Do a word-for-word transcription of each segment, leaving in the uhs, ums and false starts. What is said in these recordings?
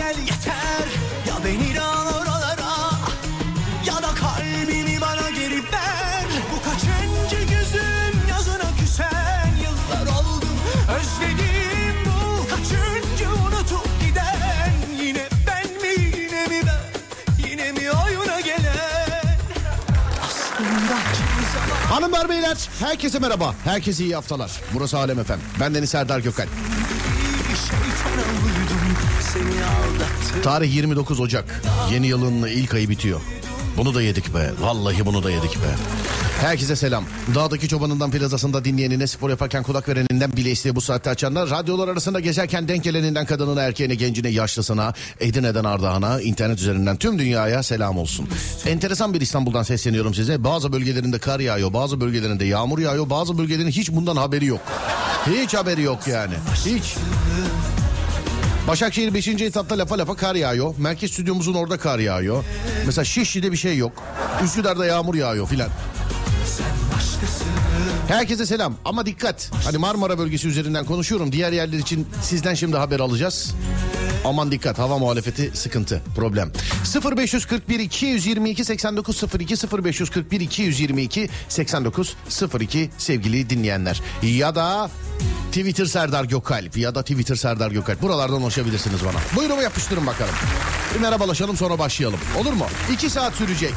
gel yeter. Ya beni al oralara ya da kalbimi bana geri ver. Bu kaçıncı gözüm yazına küsen, yıllar oldu özledim bu kaçıncı unutup giden. Yine ben mi yine mi ben yine mi oyuna gelen. Aslında kimi zaman... Hanımlar beyler herkese merhaba, herkese iyi haftalar. Burası Alem Efem, ben Deniz Serdar Gökal. Tarih yirmi dokuz Ocak, yeni yılın ilk ayı bitiyor. Bunu da yedik be, vallahi bunu da yedik be. Herkese selam. Dağdaki çobanından plazasında dinleyenine, spor yaparken kulak vereninden, bile isteye bu saatte açanlar, radyolar arasında gezerken denk geleninden kadınına, erkeğine, gencine, yaşlısına, Edirne'den Ardahan'a, internet üzerinden tüm dünyaya selam olsun. Enteresan bir İstanbul'dan sesleniyorum size. Bazı bölgelerinde kar yağıyor, bazı bölgelerinde yağmur yağıyor, bazı bölgelerin hiç bundan haberi yok. Hiç haberi yok yani, hiç. Başakşehir beşinci etapta lafa lafa kar yağıyor. Merkez stüdyomuzun orada kar yağıyor. Mesela Şişli'de bir şey yok. Üsküdar'da yağmur yağıyor filan. Herkese selam ama dikkat. Hani Marmara bölgesi üzerinden konuşuyorum. Diğer yerler için sizden şimdi haber alacağız. Aman dikkat, hava muhalefeti sıkıntı, problem. sıfır beş kırk bir iki yüz yirmi iki seksen dokuz sıfır iki sıfır beş kırk bir iki yüz yirmi iki seksen dokuz sıfır iki sevgili dinleyenler. Ya da Twitter Serdar Gökalp ya da Twitter Serdar Gökalp. Buralardan ulaşabilirsiniz bana. Buyurun yapıştırın bakalım. Bir merhabalaşalım sonra başlayalım. Olur mu? İki saat sürecek.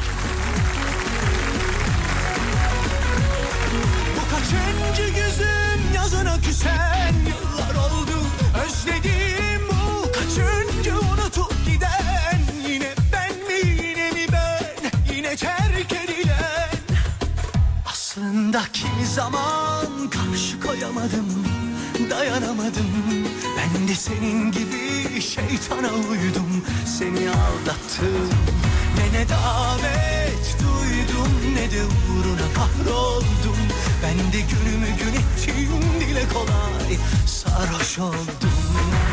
Bu kaçıncı gözüm yazına küsen, yıllar oldu özledim bu kaçıncı unutup giden. Yine ben mi yine mi ben yine terk edilen. Aslında kimi zaman karşı koyamadım, dayanamadım. Ben de senin gibi şeytana uydum, seni aldattım. Ne ne davet duydum ne de uğruna kahroldum. Ben de günümü gün ettim, dile kolay sarhoş oldum.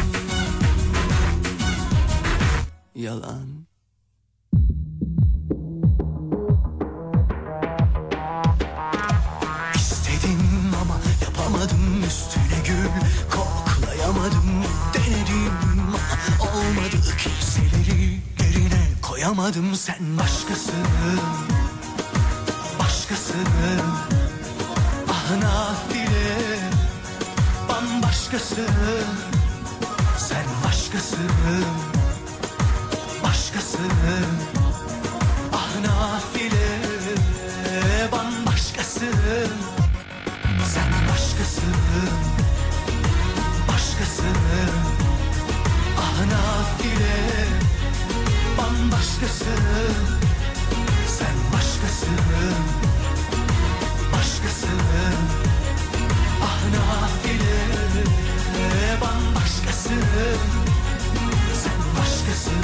Yalan. İstedim ama yapamadım, üstüne gül koklayamadım. Denedim ama olmadı, kimseleri yerine koyamadım. Sen başkasın, başkasın. Ah nafile, bambaşkasın. Sen başkasın, başkasın. Ah nafile, bambaşkasın. Sen başkasın, başkasın. Ah nafile, bambaşkasın. Sen başkasın, başkasın. Ah nafile, bambaşkasın. Sen başkasın,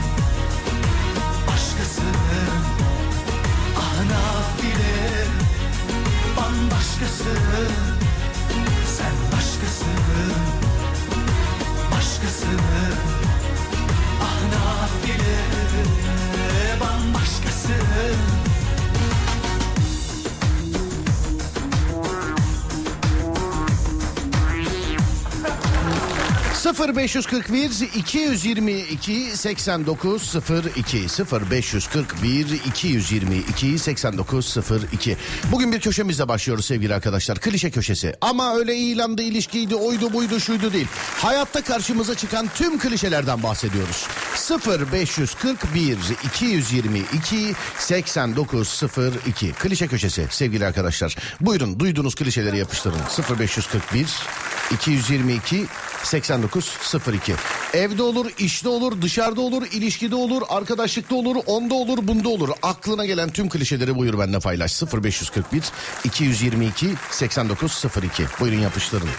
başkasın. Ah nafile, bambaşkasın. Sen başkasın, başkasın. Ah nafile, bambaşkasın. sıfır beş kırk bir iki yüz yirmi iki seksen dokuz sıfır iki sıfır beş kırk bir iki yüz yirmi iki seksen dokuz sıfır iki. Bugün bir köşemizle başlıyoruz sevgili arkadaşlar. Klişe köşesi. Ama öyle ilandı, ilişkiydi, oydu, buydu, şuydu değil. Hayatta karşımıza çıkan tüm klişelerden bahsediyoruz. sıfır beş kırk bir iki yüz yirmi iki seksen dokuz sıfır iki. Klişe köşesi sevgili arkadaşlar. Buyurun, duyduğunuz klişeleri yapıştırın. sıfır beş kırk bir iki yüz yirmi iki seksen dokuz sıfır iki. Evde olur, işte olur, dışarıda olur, ilişkide olur, arkadaşlıkta olur, onda olur, bunda olur. Aklına gelen tüm klişeleri buyur benimle paylaş. sıfır beş kırk bir iki yüz yirmi iki seksen dokuz sıfır iki. Buyurun yapıştırın.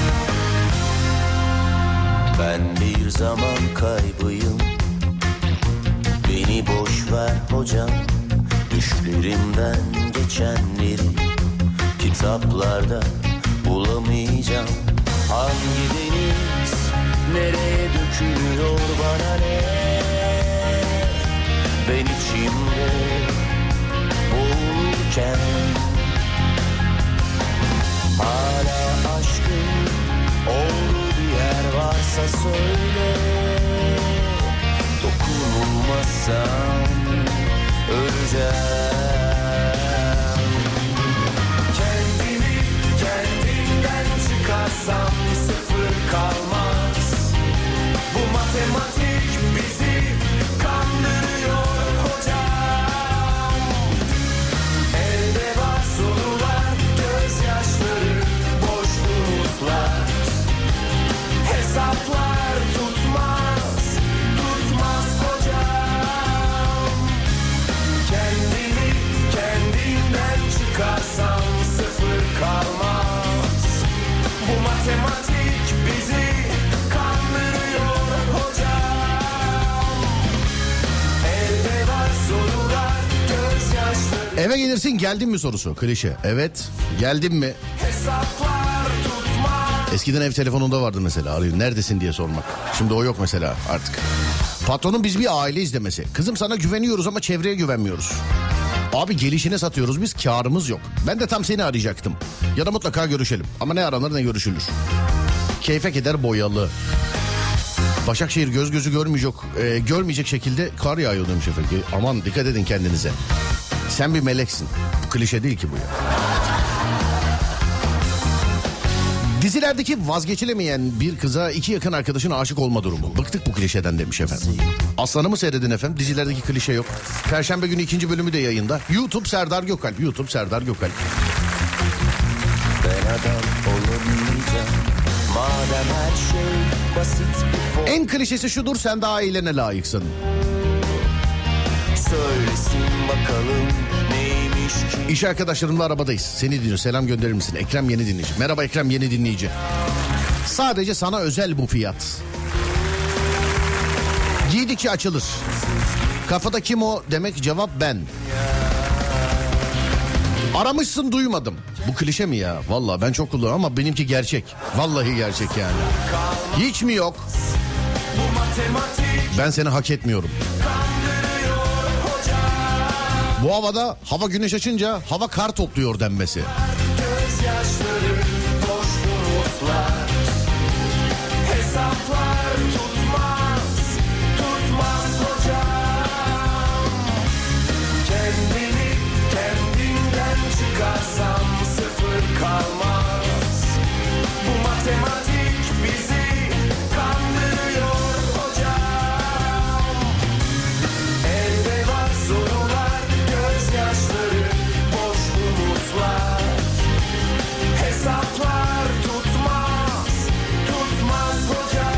zaman kaybıyım. fikrimden geçenleri kitaplarda bulamayacağım. Hangi deniz nereye dökülüyor bana ne? Ben içimde boğulurken hala aşkın olduğu bir yer varsa söyle. Dokunulmazsam öleceğim. Kendimi kendimden çıkarsam sıfır kalmaz. Bu matematik bizi kandırıyor hocam. Elde var sorular, gözyaşları, boş umutlar. Hesaplar tutmaz, tutmaz hocam. Kendimi kendimden çıkarsam sıfır kalmaz. Bu matematik bizi kandırıyor hocam. Elde var sorular, gözyaşları. Eve gelirsin geldin mi sorusu klişe. Evet geldim mi? Hesaplar tutmaz. Eskiden ev telefonunda vardı mesela, arayın neredesin diye sormak. Şimdi o yok mesela artık. Patronun biz bir aileyiz demesi. Kızım sana güveniyoruz ama çevreye güvenmiyoruz. Abi gelişine satıyoruz biz, kârımız yok. Ben de tam seni arayacaktım. Ya da mutlaka görüşelim. Ama ne aranır ne görüşülür. Keyfe keder boyalı. Başakşehir göz gözü görmeyecek, e, görmeyecek şekilde kar yağıyor demiş efendim. Aman dikkat edin kendinize. Sen bir meleksin. Bu klişe değil ki bu ya. Dizilerdeki vazgeçilemeyen bir kıza iki yakın arkadaşın aşık olma durumu. Bıktık bu klişeden demiş efendim. Aslanı mı seyredin efendim? Dizilerdeki klişe yok. Perşembe günü ikinci bölümü de yayında. YouTube Serdar Gökalp. YouTube Serdar Gökalp. Ben adam olamayacağım. Madem her şey basit bir form. En klişesi şudur: sen daha iyilene layıksın. Söylesin bakalım neymiş ki. İş arkadaşlarımla arabadayız. Seni dinliyor. Selam gönderir misin? Ekrem yeni dinleyici. Merhaba Ekrem yeni dinleyici. Sadece sana özel bu fiyat. Giydikçe açılır. Kafada kim o demek, cevap ben. Aramışsın duymadım. Bu klişe mi ya? Vallahi ben çok kullanıyorum ama benimki gerçek. Vallahi gerçek yani. Hiç mi yok? Ben seni hak etmiyorum. Bu havada hava güneş açınca hava kar topluyor denmesi. Gözyaşları, boş umutlar. Hesaplar tutmaz, tutmaz hocam. Kendini kendinden çıkarsam sıfır kalmaz. Bu matematik bizi kandırıyor hocam. Elde var sorular, gözyaşları, boş umutlar. Hesaplar tutmaz, tutmaz hocam.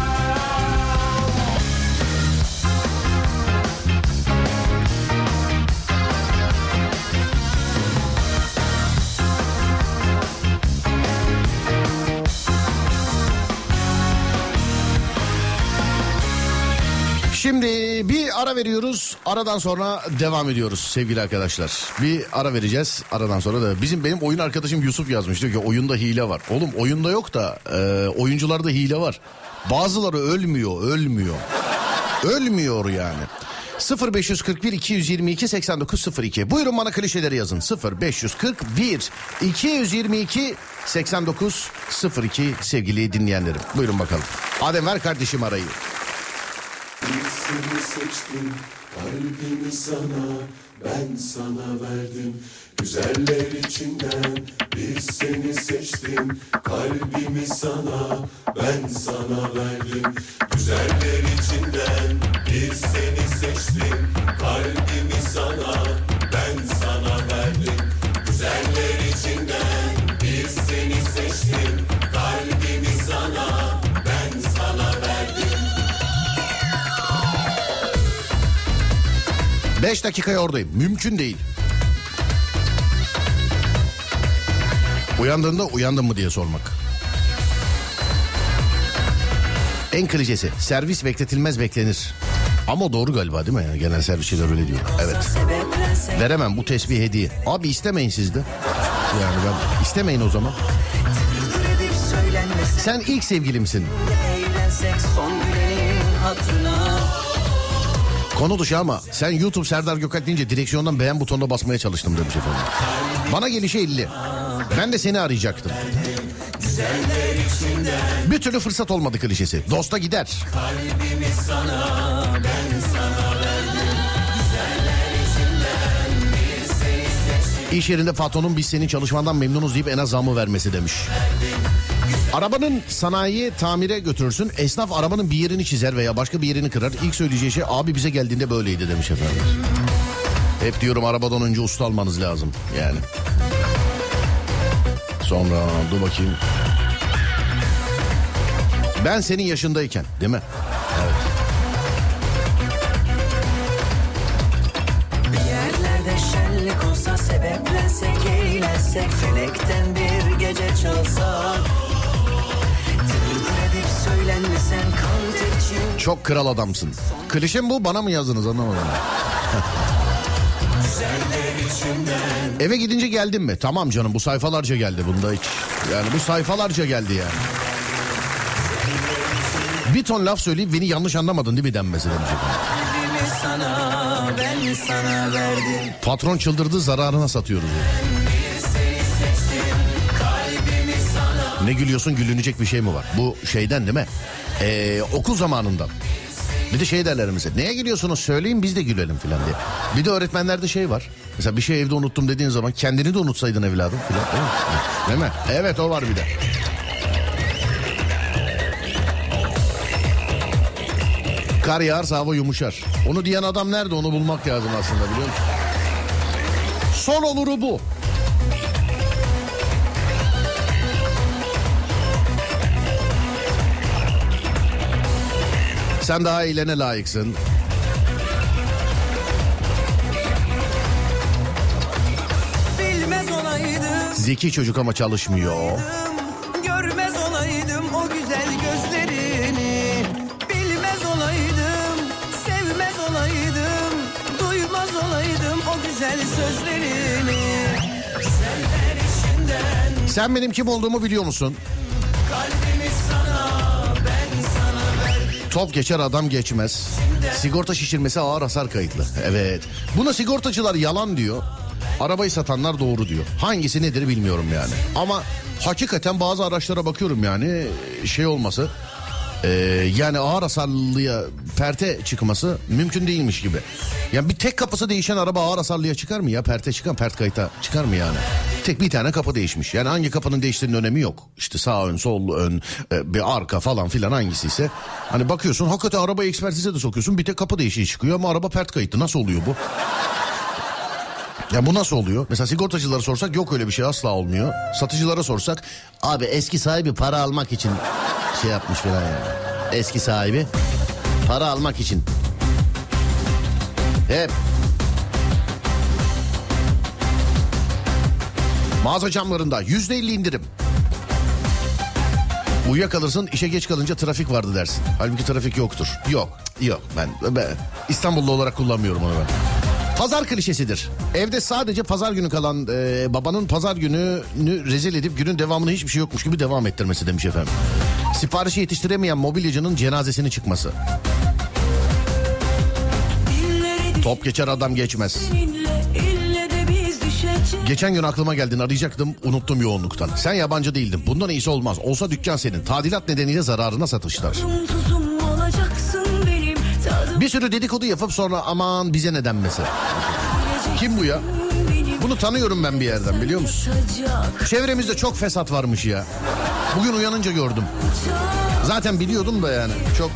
Şimdi bir ara veriyoruz. Aradan sonra devam ediyoruz sevgili arkadaşlar. Bir ara vereceğiz. Aradan sonra da bizim benim oyun arkadaşım Yusuf yazmış. Diyor ki oyunda hile var. Oğlum oyunda yok da e, oyuncularda hile var. Bazıları ölmüyor, ölmüyor. Ölmüyor yani. sıfır beş kırk bir iki yüz yirmi iki seksen dokuz sıfır iki. Buyurun bana klişeleri yazın. sıfır beş kırk bir iki yüz yirmi iki seksen dokuz sıfır iki sevgili dinleyenlerim. Buyurun bakalım. Adem ver kardeşim arayı. Seni seçtim, kalbimi sana, ben sana verdim. Güzeller içinden bir seni seçtim, kalbimi sana, ben sana verdim. Güzeller içinden bir seni seçtim, kalbimi sana, ben sana verdim. Güzeller içinden bir seni seçtim, kalbimi sana, ben sana verdim. Beş dakikaya oradayım. Mümkün değil. Uyandığında uyandın mı diye sormak. En klişesi servis bekletilmez beklenir. Ama o doğru galiba değil mi? Yani genel servisçiler öyle diyor. Evet. Veremem, bu tesbih hediye. Abi istemeyin siz de. Yani ben istemeyin o zaman. Sen ilk sevgilimsin. Konu dışı ama sen YouTube Serdar Gökalp deyince direksiyondan beğen butonuna basmaya çalıştım demiş efendim. Bana gelişi elli. Ben de seni arayacaktım. Bir türlü fırsat olmadı klişesi. Dosta gider. Sana, İş yerinde patronun biz senin çalışmandan memnunuz deyip en az zamı vermesi demiş. Arabanın sanayiye tamire götürürsün. Esnaf arabanın bir yerini çizer veya başka bir yerini kırar. İlk söyleyeceği şey abi bize geldiğinde böyleydi demiş efendim. Hep diyorum arabadan önce usta almanız lazım yani. Sonra dur bakayım. Ben senin yaşındayken değil mi? Evet. Bir yerlerde şenlik olsa sebeplensek eğlensek felekten bir gece çalsa tır edip söylenmesen kal için. Çok kral adamsın. Klişem bu, bana mı yazdınız anlamadım. Eve gidince geldin mi? Tamam canım, bu sayfalarca geldi bunda hiç. Yani bu sayfalarca geldi yani. Bir ton laf söyleyip beni yanlış anlamadın değil mi denmesi demiş. Sana, ben sana verdim. Patron çıldırdı, zararına satıyoruz. Ne gülüyorsun, gülünecek bir şey mi var? Bu şeyden değil mi? Ee, okul zamanından. Bir de şey derler mesela, neye gülüyorsunuz söyleyin biz de gülelim filan diye. Bir de öğretmenlerde şey var. Mesela bir şey evde unuttum dediğin zaman kendini de unutsaydın evladım filan. Değil mi? Değil mi? Evet, o var bir de. Kar yağarsa hava yumuşar. Onu diyen adam nerede, onu bulmak lazım aslında, biliyor musun? Son oluru bu. Sen daha iyilene layıksın. Bilmez olaydım. Zeki çocuk ama çalışmıyor. Görmez olaydım o güzel gözlerini. Bilmez olaydım, sevmez olaydım. Duymaz olaydım o güzel sözlerini. Seller içinden. Sen benim kim olduğumu biliyor musun? Kalbimi sana, ben sana verdim. Top geçer adam geçmez. Sigorta şişirmesi ağır hasar kayıtlı. Evet. Buna sigortacılar yalan diyor. Arabayı satanlar doğru diyor. Hangisi nedir bilmiyorum yani. Ama hakikaten bazı araçlara bakıyorum yani şey olması. Ee, yani ağır hasarlıya perte çıkması mümkün değilmiş gibi. Yani bir tek kapısı değişen araba ağır hasarlıya çıkar mı ya? Perte çıkan, pert kayıta çıkar mı yani? Tek bir tane kapı değişmiş. Yani hangi kapının değiştiğinin önemi yok. İşte sağ ön, sol ön, bir arka falan filan hangisi ise. Hani bakıyorsun hakikaten arabayı ekspertize de sokuyorsun. Bir tek kapı değişiği çıkıyor ama araba pert kayıtlı. Nasıl oluyor bu? Ya bu nasıl oluyor? Mesela sigortacılara sorsak yok öyle bir şey, asla olmuyor. Satıcılara sorsak abi eski sahibi para almak için şey yapmış falan yani. Eski sahibi para almak için. Hep. Mağaza camlarında yüzde elli indirim. Uyuyakalırsın, işe geç kalınca trafik vardı dersin. Halbuki trafik yoktur. Yok, yok ben, ben İstanbullu olarak kullanmıyorum onu ben. Pazar klişesidir. Evde sadece pazar günü kalan e, babanın pazar gününü rezil edip günün devamını hiçbir şey yokmuş gibi devam ettirmesi demiş efendim. Siparişi yetiştiremeyen mobilyacının cenazesini çıkması. Top geçer adam geçmez. Geçen gün aklıma geldin, arayacaktım, unuttum yoğunluktan. Sen yabancı değildin, bundan iyisi olmaz. Olsa dükkan senin. Tadilat nedeniyle zararına satışlar. Bir sürü dedikodu yapıp sonra aman bize ne denmesi. Kim bu ya? Bunu tanıyorum ben bir yerden, biliyor musun? Çevremizde çok fesat varmış ya. Bugün uyanınca gördüm. Zaten biliyordum da yani çok.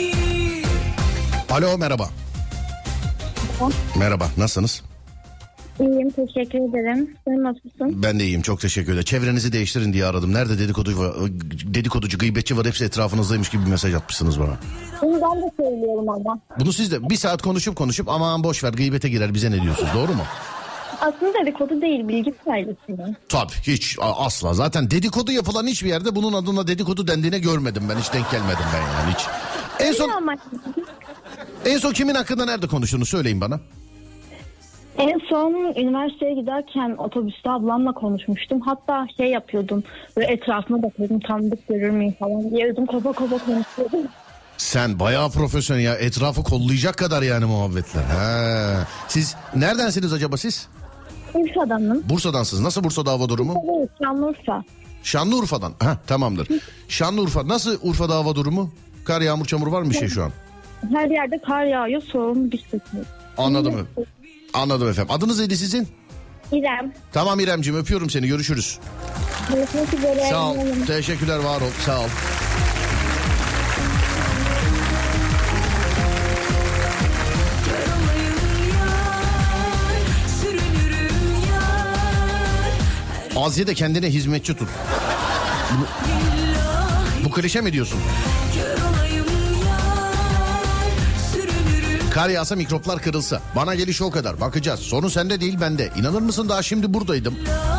Alo, merhaba. Merhaba, nasılsınız? İyiyim, teşekkür ederim. Sen nasılsın? Ben de iyiyim, çok teşekkür ederim. Çevrenizi değiştirin diye aradım. Nerede dedikodu var, dedikoducu, gıybetçi var, hepsi etrafınızdaymış gibi bir mesaj atmışsınız bana. Bunu ben de söylüyorum ama. Bunu siz de bir saat konuşup konuşup aman boş ver gıybete girer bize ne diyorsunuz, doğru mu? Aslında dedikodu değil, bilgi paylaşımı. Tabii hiç asla. Zaten dedikodu yapılan hiçbir yerde bunun adına dedikodu dendiğine görmedim ben. Hiç denk gelmedim ben yani hiç. En son, en son kimin hakkında nerede konuştuğunu söyleyin bana. En son üniversiteye giderken otobüste ablamla konuşmuştum. Hatta şey yapıyordum, böyle etrafıma bakıyordum, tanıdık görür müyüm falan diye. Ödüm kopa kopa konuşuyordum. Sen bayağı profesyonel ya, etrafı kollayacak kadar yani muhabbetler. Ha. Siz neredensiniz acaba siz? Bursa'danım. Bursa'dansınız. Nasıl Bursa'da hava durumu? Evet, Şanlıurfa. Şanlıurfa'dan. Ha, tamamdır. Şanlıurfa. Nasıl Urfa'da hava durumu? Kar, yağmur, çamur var mı bir şey şu an? Her yerde kar yağıyor, soğuk bir şekilde. Anladım. Anladım efendim. Adınız neydi sizin? İrem. Tamam İremciğim, öpüyorum seni. Görüşürüz. Görüşmek üzere. Sağ ol. Teşekkürler, var ol. Sağ ol. Aziye de kendine hizmetçi tut. Bu, bu klişe mi diyorsun? Kar yağsa, mikroplar kırılsa. Bana gelişi o kadar. Bakacağız. Sorun sende değil bende. İnanır mısın, daha şimdi buradaydım.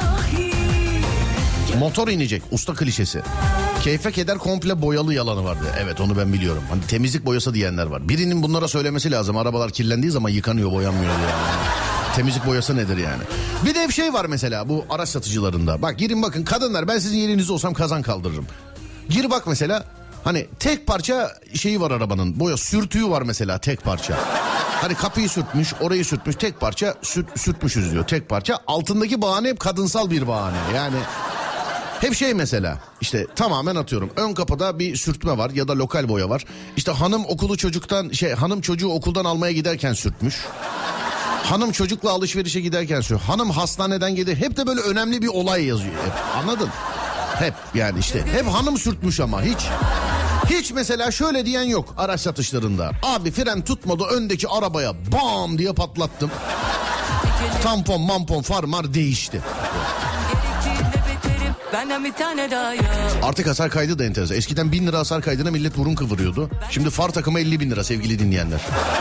Motor inecek. Usta klişesi. Keyfe keder komple boyalı yalanı vardı. Evet, onu ben biliyorum. Hani temizlik boyası diyenler var. Birinin bunlara söylemesi lazım. Arabalar kirlendiği zaman yıkanıyor, boyanmıyor diye. Yani. Temizlik boyası nedir yani? Bir de bir şey var mesela bu araç satıcılarında. Bak girin bakın, kadınlar, ben sizin yerinizde olsam kazan kaldırırım. Gir bak mesela, hani tek parça şeyi var arabanın. Boya sürtüğü var mesela, tek parça. Hani kapıyı sürtmüş, orayı sürtmüş, tek parça sürt, sürtmüşüz diyor, tek parça. Altındaki bahane hep kadınsal bir bahane yani. Hep şey mesela, işte tamamen atıyorum, ön kapıda bir sürtme var ya da lokal boya var. İşte hanım okulu çocuktan şey hanım çocuğu okuldan almaya giderken sürtmüş. Hanım çocukla alışverişe giderken sürtmüş. Hanım hastaneden gelir, hep de böyle önemli bir olay yazıyor hep, anladın? Hep yani işte hep hanım sürtmüş ama hiç hiç mesela şöyle diyen yok araç satışlarında. Abi fren tutmadı, öndeki arabaya bam diye patlattım. Tampon mampon far mar değişti. Benden bir tane daha yok. Artık hasar kaydı da enteresan. Eskiden bin lira hasar kaydına millet burun kıvırıyordu. Şimdi far takımı elli bin lira sevgili dinleyenler.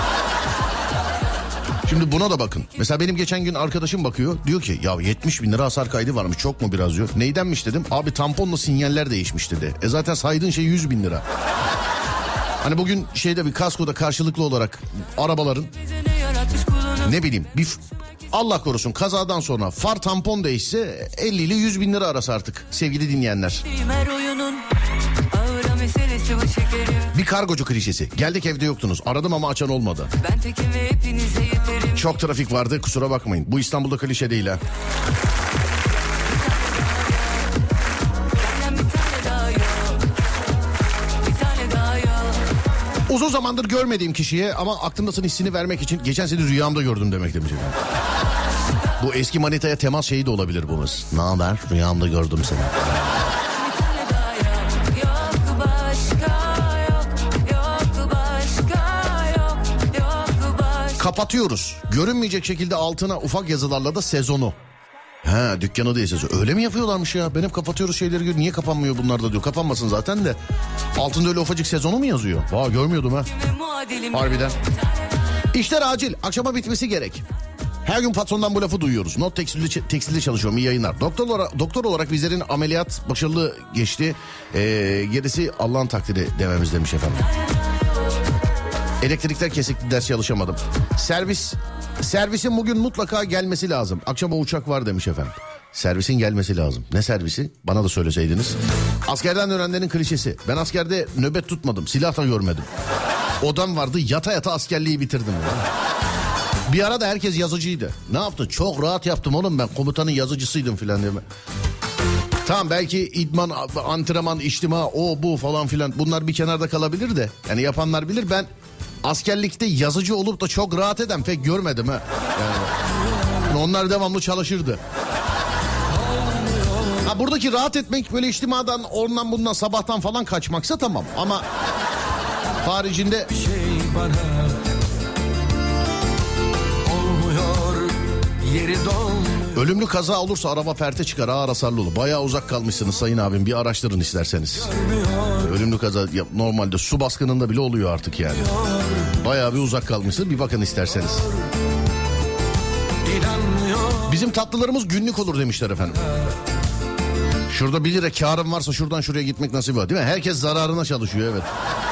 Şimdi buna da bakın. Mesela benim geçen gün arkadaşım bakıyor. Diyor ki ya yetmiş bin lira hasar kaydı varmış, çok mu biraz diyor. Neydenmiş dedim. Abi tamponla sinyaller değişmiş dedi. E zaten saydığın şey yüz bin lira. Hani bugün şeyde bir kaskoda karşılıklı olarak arabaların ne bileyim bir Allah korusun kazadan sonra far tampon değişse elli ile yüz bin lira arası artık sevgili dinleyenler. Bir kargocu klişesi. Geldik evde yoktunuz. Aradım ama açan olmadı. Çok trafik vardı, kusura bakmayın. Bu İstanbul'da klişe değil ha. Uzun zamandır görmediğim kişiye ama aklımdasın hissini vermek için geçen sene rüyamda gördüm demek demiş efendim. Bu eski manitaya temas şeyi de olabilir bu. Ne haber? Rüyamda gördüm seni. Kapatıyoruz. Görünmeyecek şekilde altına ufak yazılarla da sezonu. He, dükkanı değil sezonu. Öyle mi yapıyorlarmış ya? Ben hep kapatıyoruz şeyleri görüyorum. Niye kapanmıyor bunlar da diyor. Kapanmasın zaten de. Altında öyle ufacık sezonu mu yazıyor? Vay, görmüyordum ha. Harbiden. İşler acil. Akşama bitmesi gerek. Her gün patrondan bu lafı duyuyoruz. Not tekstilde, tekstilde çalışıyorum. İyi yayınlar. Doktor olarak, doktor olarak bizlerin ameliyat başarılı geçti. Ee, gerisi Allah'ın takdiri dememiz demiş efendim. Elektrikler kesikti, ders çalışamadım. Servis, servisin bugün mutlaka gelmesi lazım. Akşama uçak var demiş efendim. Servisin gelmesi lazım. Ne servisi? Bana da söyleseydiniz. Askerden dönenlerin klişesi. Ben askerde nöbet tutmadım. Silah da görmedim. Odam vardı, yata yata askerliği bitirdim. Bir ara da herkes yazıcıydı. Ne yaptın? Çok rahat yaptım oğlum ben. Komutanın yazıcısıydım filan diye. Tamam, belki idman, antrenman, içtima, o bu falan filan. Bunlar bir kenarda kalabilir de. Yani yapanlar bilir. Ben askerlikte yazıcı olup da çok rahat eden pek görmedim ha. Yani onlar devamlı çalışırdı. Ha, buradaki rahat etmek böyle içtimadan, ondan bundan, sabahtan falan kaçmaksa tamam. Ama haricinde... Şey bana olmuyor yeri dolmuş. Ölümlü kaza olursa araba perte çıkar, ağır hasarlı olur. Bayağı uzak kalmışsınız sayın abim, bir araştırın isterseniz. Ölümlü kaza ya, normalde su baskınında bile oluyor artık yani. Bayağı bir uzak kalmışsınız, bir bakın isterseniz. Bizim tatlılarımız günlük olur demişler efendim. Şurada bir lira kârım varsa şuradan şuraya gitmek nasip var değil mi? Herkes zararına çalışıyor, evet.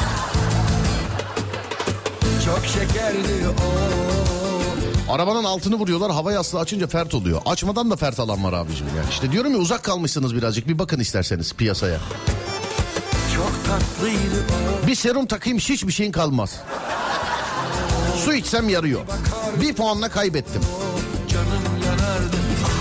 Çok şekerli o. Arabanın altını vuruyorlar, hava yastığı açınca fert oluyor. Açmadan da fert alan var abicim yani. İşte diyorum ya, uzak kalmışsınız birazcık, bir bakın isterseniz piyasaya. Çok tatlıydı o. Bir serum takayım, hiçbir şeyin kalmaz. Su içsem yarıyor. Bir puanla kaybettim. Canım yanardı.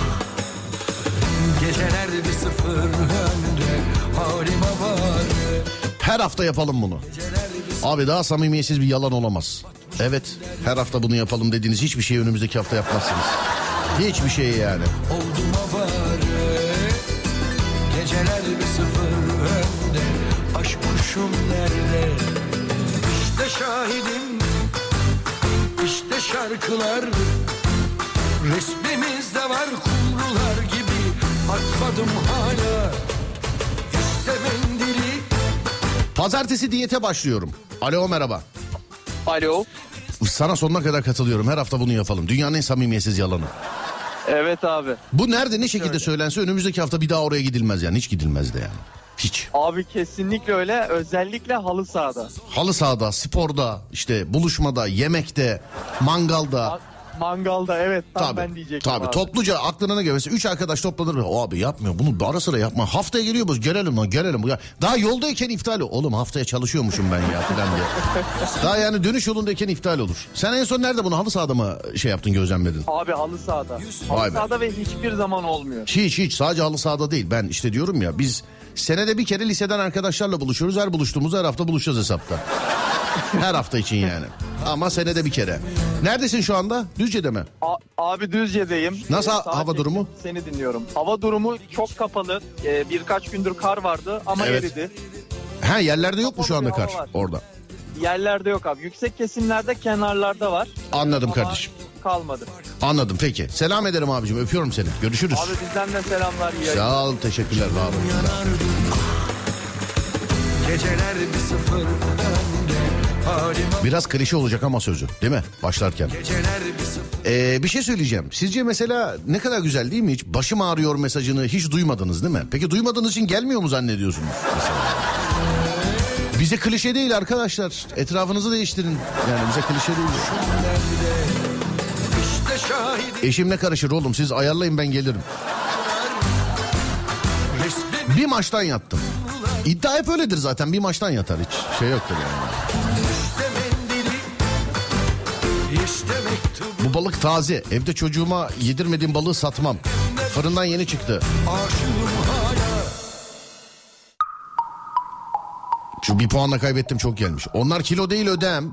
Geceler bir sıfır önde halime vardı. Her hafta yapalım bunu. Abi daha samimiyetsiz bir yalan olamaz. Evet, her hafta bunu yapalım dediğiniz hiçbir şeyi önümüzdeki hafta yapmazsınız. Hiçbir şey yani. Oldum avare. Geceler bir sıfır önde. Aşk kuşum nerede? İşte şahidim. İşte şarkılar. Resmimizde var kumrular gibi. Atmadım hala. İşte mendili. Pazartesi diyete başlıyorum. Alo, merhaba. Alo. Sana sonuna kadar katılıyorum. Her hafta bunu yapalım. Dünyanın en samimiyetsiz yalanı. Evet abi. Bu nerede ne şekilde Öyle. söylense önümüzdeki hafta bir daha oraya gidilmez yani. Hiç gidilmez de yani. Hiç. Abi kesinlikle öyle. Özellikle halı sahada. Halı sahada, sporda, işte buluşmada, yemekte, mangalda. Ma- Mangalda evet. Tam Tabii, ben diyecektim tabii. abi. Topluca aklına ne gelirse üç arkadaş toplanır. O abi yapmıyor bunu, ara sıra yapma. Haftaya geliyor bu, gelelim lan gelelim. Ya, daha yoldayken iptal olur. Oğlum haftaya çalışıyormuşum ben ya falan diye. Daha yani dönüş yolundayken iptal olur. Sen en son nerede bunu, halı sahada mı şey yaptın, gözlemledin? Abi halı sahada. Vay Halı be. sahada ve hiçbir zaman olmuyor. Hiç hiç sadece halı sahada değil. Ben işte diyorum ya, biz senede bir kere liseden arkadaşlarla buluşuyoruz. Her buluştuğumuz her hafta buluşacağız hesapta. Her hafta için yani. Ama senede bir kere. Neredesin şu anda? Düzce'de mi? A- abi Düzce'deyim. Nasıl Ee, ha- hava sadece durumu? Seni dinliyorum. Hava durumu çok kapalı. Ee, birkaç gündür kar vardı ama Evet. eridi. Ha, yerlerde yok mu şu Kapalı anda bir kar hava var. orada? Yerlerde yok abi. Yüksek kesimlerde, kenarlarda var. Anladım Ama kardeşim. kalmadı. Anladım, peki. Selam ederim abicim, öpüyorum seni. Görüşürüz. Abi bizden de selamlar. iyi yayınlar. Sağ ol, teşekkürler, var olun. Geceler bir sıfır önde halime. Biraz klişe olacak ama sözü değil mi başlarken? Geceler bir sıfır. Ee, bir şey söyleyeceğim. Sizce mesela ne kadar güzel değil mi hiç? Başım ağrıyor mesajını hiç duymadınız değil mi? Peki duymadığınız için gelmiyor mu zannediyorsunuz? Mesela? Bize klişe değil arkadaşlar. Etrafınızı değiştirin. Yani bize klişe değil. İşte şahidim. Eşim ne karışır oğlum, siz ayarlayın ben gelirim. Resmim Bir maçtan yattım. İddia hep öyledir zaten, bir maçtan yatar, hiç şey yoktur yani. işte mendili. İşte mektubu. Bu balık taze. Evde çocuğuma yedirmediğim balığı satmam. Fırından yeni çıktı. Aşığım hala. Şu bir puanla kaybettim, çok gelmiş. Onlar kilo değil, ödem.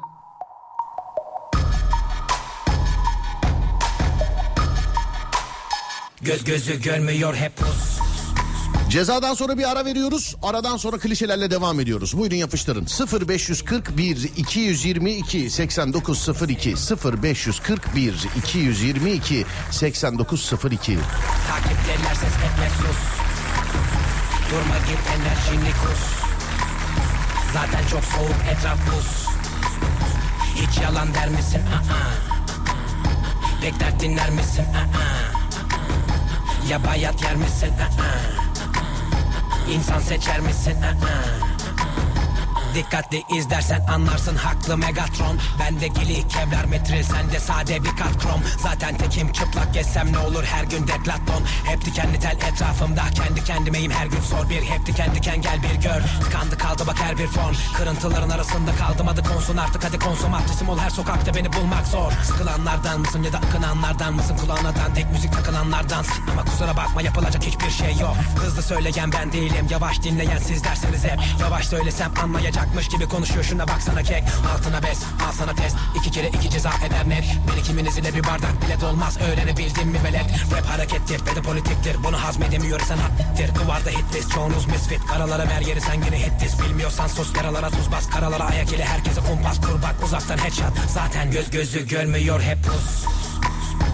Göz gözü görmüyor hep pus. Cezadan sonra bir ara veriyoruz. Aradan sonra klişelerle devam ediyoruz. Buyurun yapıştırın. sıfır beş kırk bir iki yüz yirmi iki seksen dokuz sıfır iki sıfır beş kırk bir iki yüz yirmi iki seksen dokuz sıfır iki. Takiplerler ses etme sus. Durma git enerjini kus. Zaten çok soğuk etraf buz. Hiç yalan der misin? Aa. Pek dert dinler misin? Aa. Ya bayat yer misin? Aa. İnsan seçer misin? Aa. Dikkatli izlersen anlarsın haklı Megatron. Bende gili kevlar metril, sende sade bir kat krom. Zaten tekim çıplak gezsem ne olur her gün deklaton. Hep dikenli tel etrafımda, kendi kendimeyim her gün sor bir. Hep diken diken gel bir gör. Tıkandı kaldı bak her bir form. Kırıntıların arasında kaldım, adı konsun artık hadi konsomatrisim ol. Her sokakta beni bulmak zor. Sıkılanlardan mısın ya da akınanlardan mısın? Kulağına tek müzik takılanlardansın. Ama kusura bakma yapılacak hiçbir şey yok. Hızlı söyleyen ben değilim, yavaş dinleyen sizlersiniz hep. Yavaş söylesem anlayacakmış gibi konuşuyor, şuna baksana kek. Altına bes, al sana test. İki kere iki ceza eder net. Birikiminiz ile bir bardak bile dolmaz. Öğrenebildin mi velet? Rap harekettir ve de politiktir. Bunu hazmedemiyor sanattir. Duvarda hitlist, çoğunuz misfit. Karalara ver yeri sen yine hittis. Bilmiyorsan sus, yaralara tuz bas. Karalara ayak ile herkese kumpas kur bak. Uzaktan headshot, zaten göz gözü görmüyor hep pus.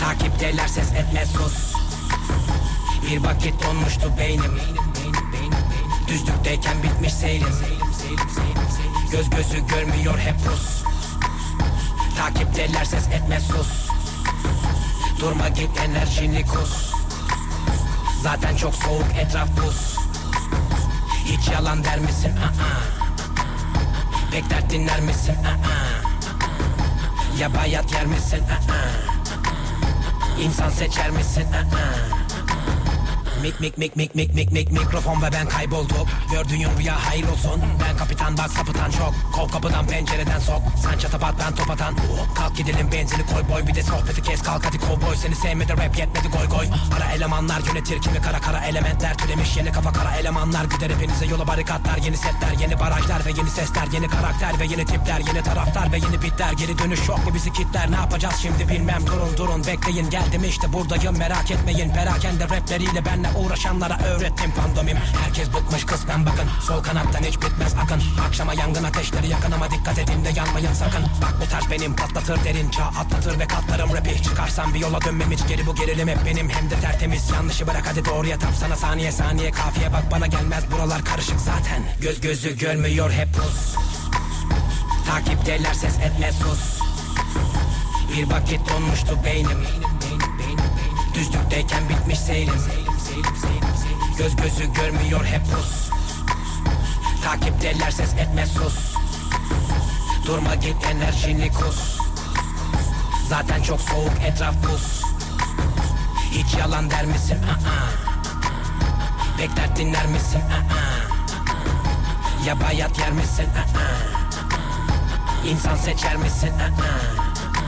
Takipteler ses etme sus. Bir vakit donmuştu beynim. Düzlükteyken bitmiş seyrim. Göz gözü görmüyor hep pus. Takipteler ses etme sus. Durma git enerjini kus. Zaten çok soğuk etraf buz. Hiç yalan der misin? Aa. Bekler dinler misin? Aa. Ya bayat yer misin? Aa. İnsan seçer misin? Aa. Mik mik mik mik mik mik mik mikrofon ve ben kaybolduk. Gördüğün rüya hayır olsun. Ben kapitan bak sapıtan çok. Kov kapıdan pencereden sok. Sen çatapat ben top atan. Kalk gidelim benzini koy boy. Bir de sohbeti kes kalk hadi kovboy. Seni sevmedi rap yetmedi goy goy. Ara elemanlar yönetir kimi kara kara elementler. Türemiş yeni kafa kara elemanlar. Gider hepinize yola barikatlar. Yeni setler yeni barajlar ve yeni sesler. Yeni karakter ve yeni tipler. Yeni taraftar ve yeni bitler. Geri dönüş yok mu bizi kitler. Ne yapacağız şimdi bilmem. Durun durun bekleyin geldim işte buradayım. Merak etmeyin perakende rapleriyle benle uğraşanlara öğrettim pandomim. Herkes bıkmış kısmen bakın. Sol kanattan hiç bitmez akın. Akşama yangın ateşleri yakın ama dikkat edin de yanmayın sakın. Bak bu tarz benim patlatır derin çağ atlatır ve katlarım rapi. Çıkarsam bir yola dönmem hiç geri bu gerilim hep benim. Hem de tertemiz yanlışı bırak hadi doğruya tap sana saniye saniye kafiye bak bana gelmez buralar karışık zaten. Göz gözü görmüyor hep pus. Takipteler ses etme sus. Bir vakit donmuştu beynim. Düzlükteyken bitmiş seyrim. Göz gözü görmüyor hep pus. Takipteler ses etme sus. Durma git enerjini kus. Zaten çok soğuk etraf buz. Hiç yalan der misin? Aa. Bekler dinler misin? Aa. Ya bayat yer misin? Aa. İnsan seçer misin? Aa.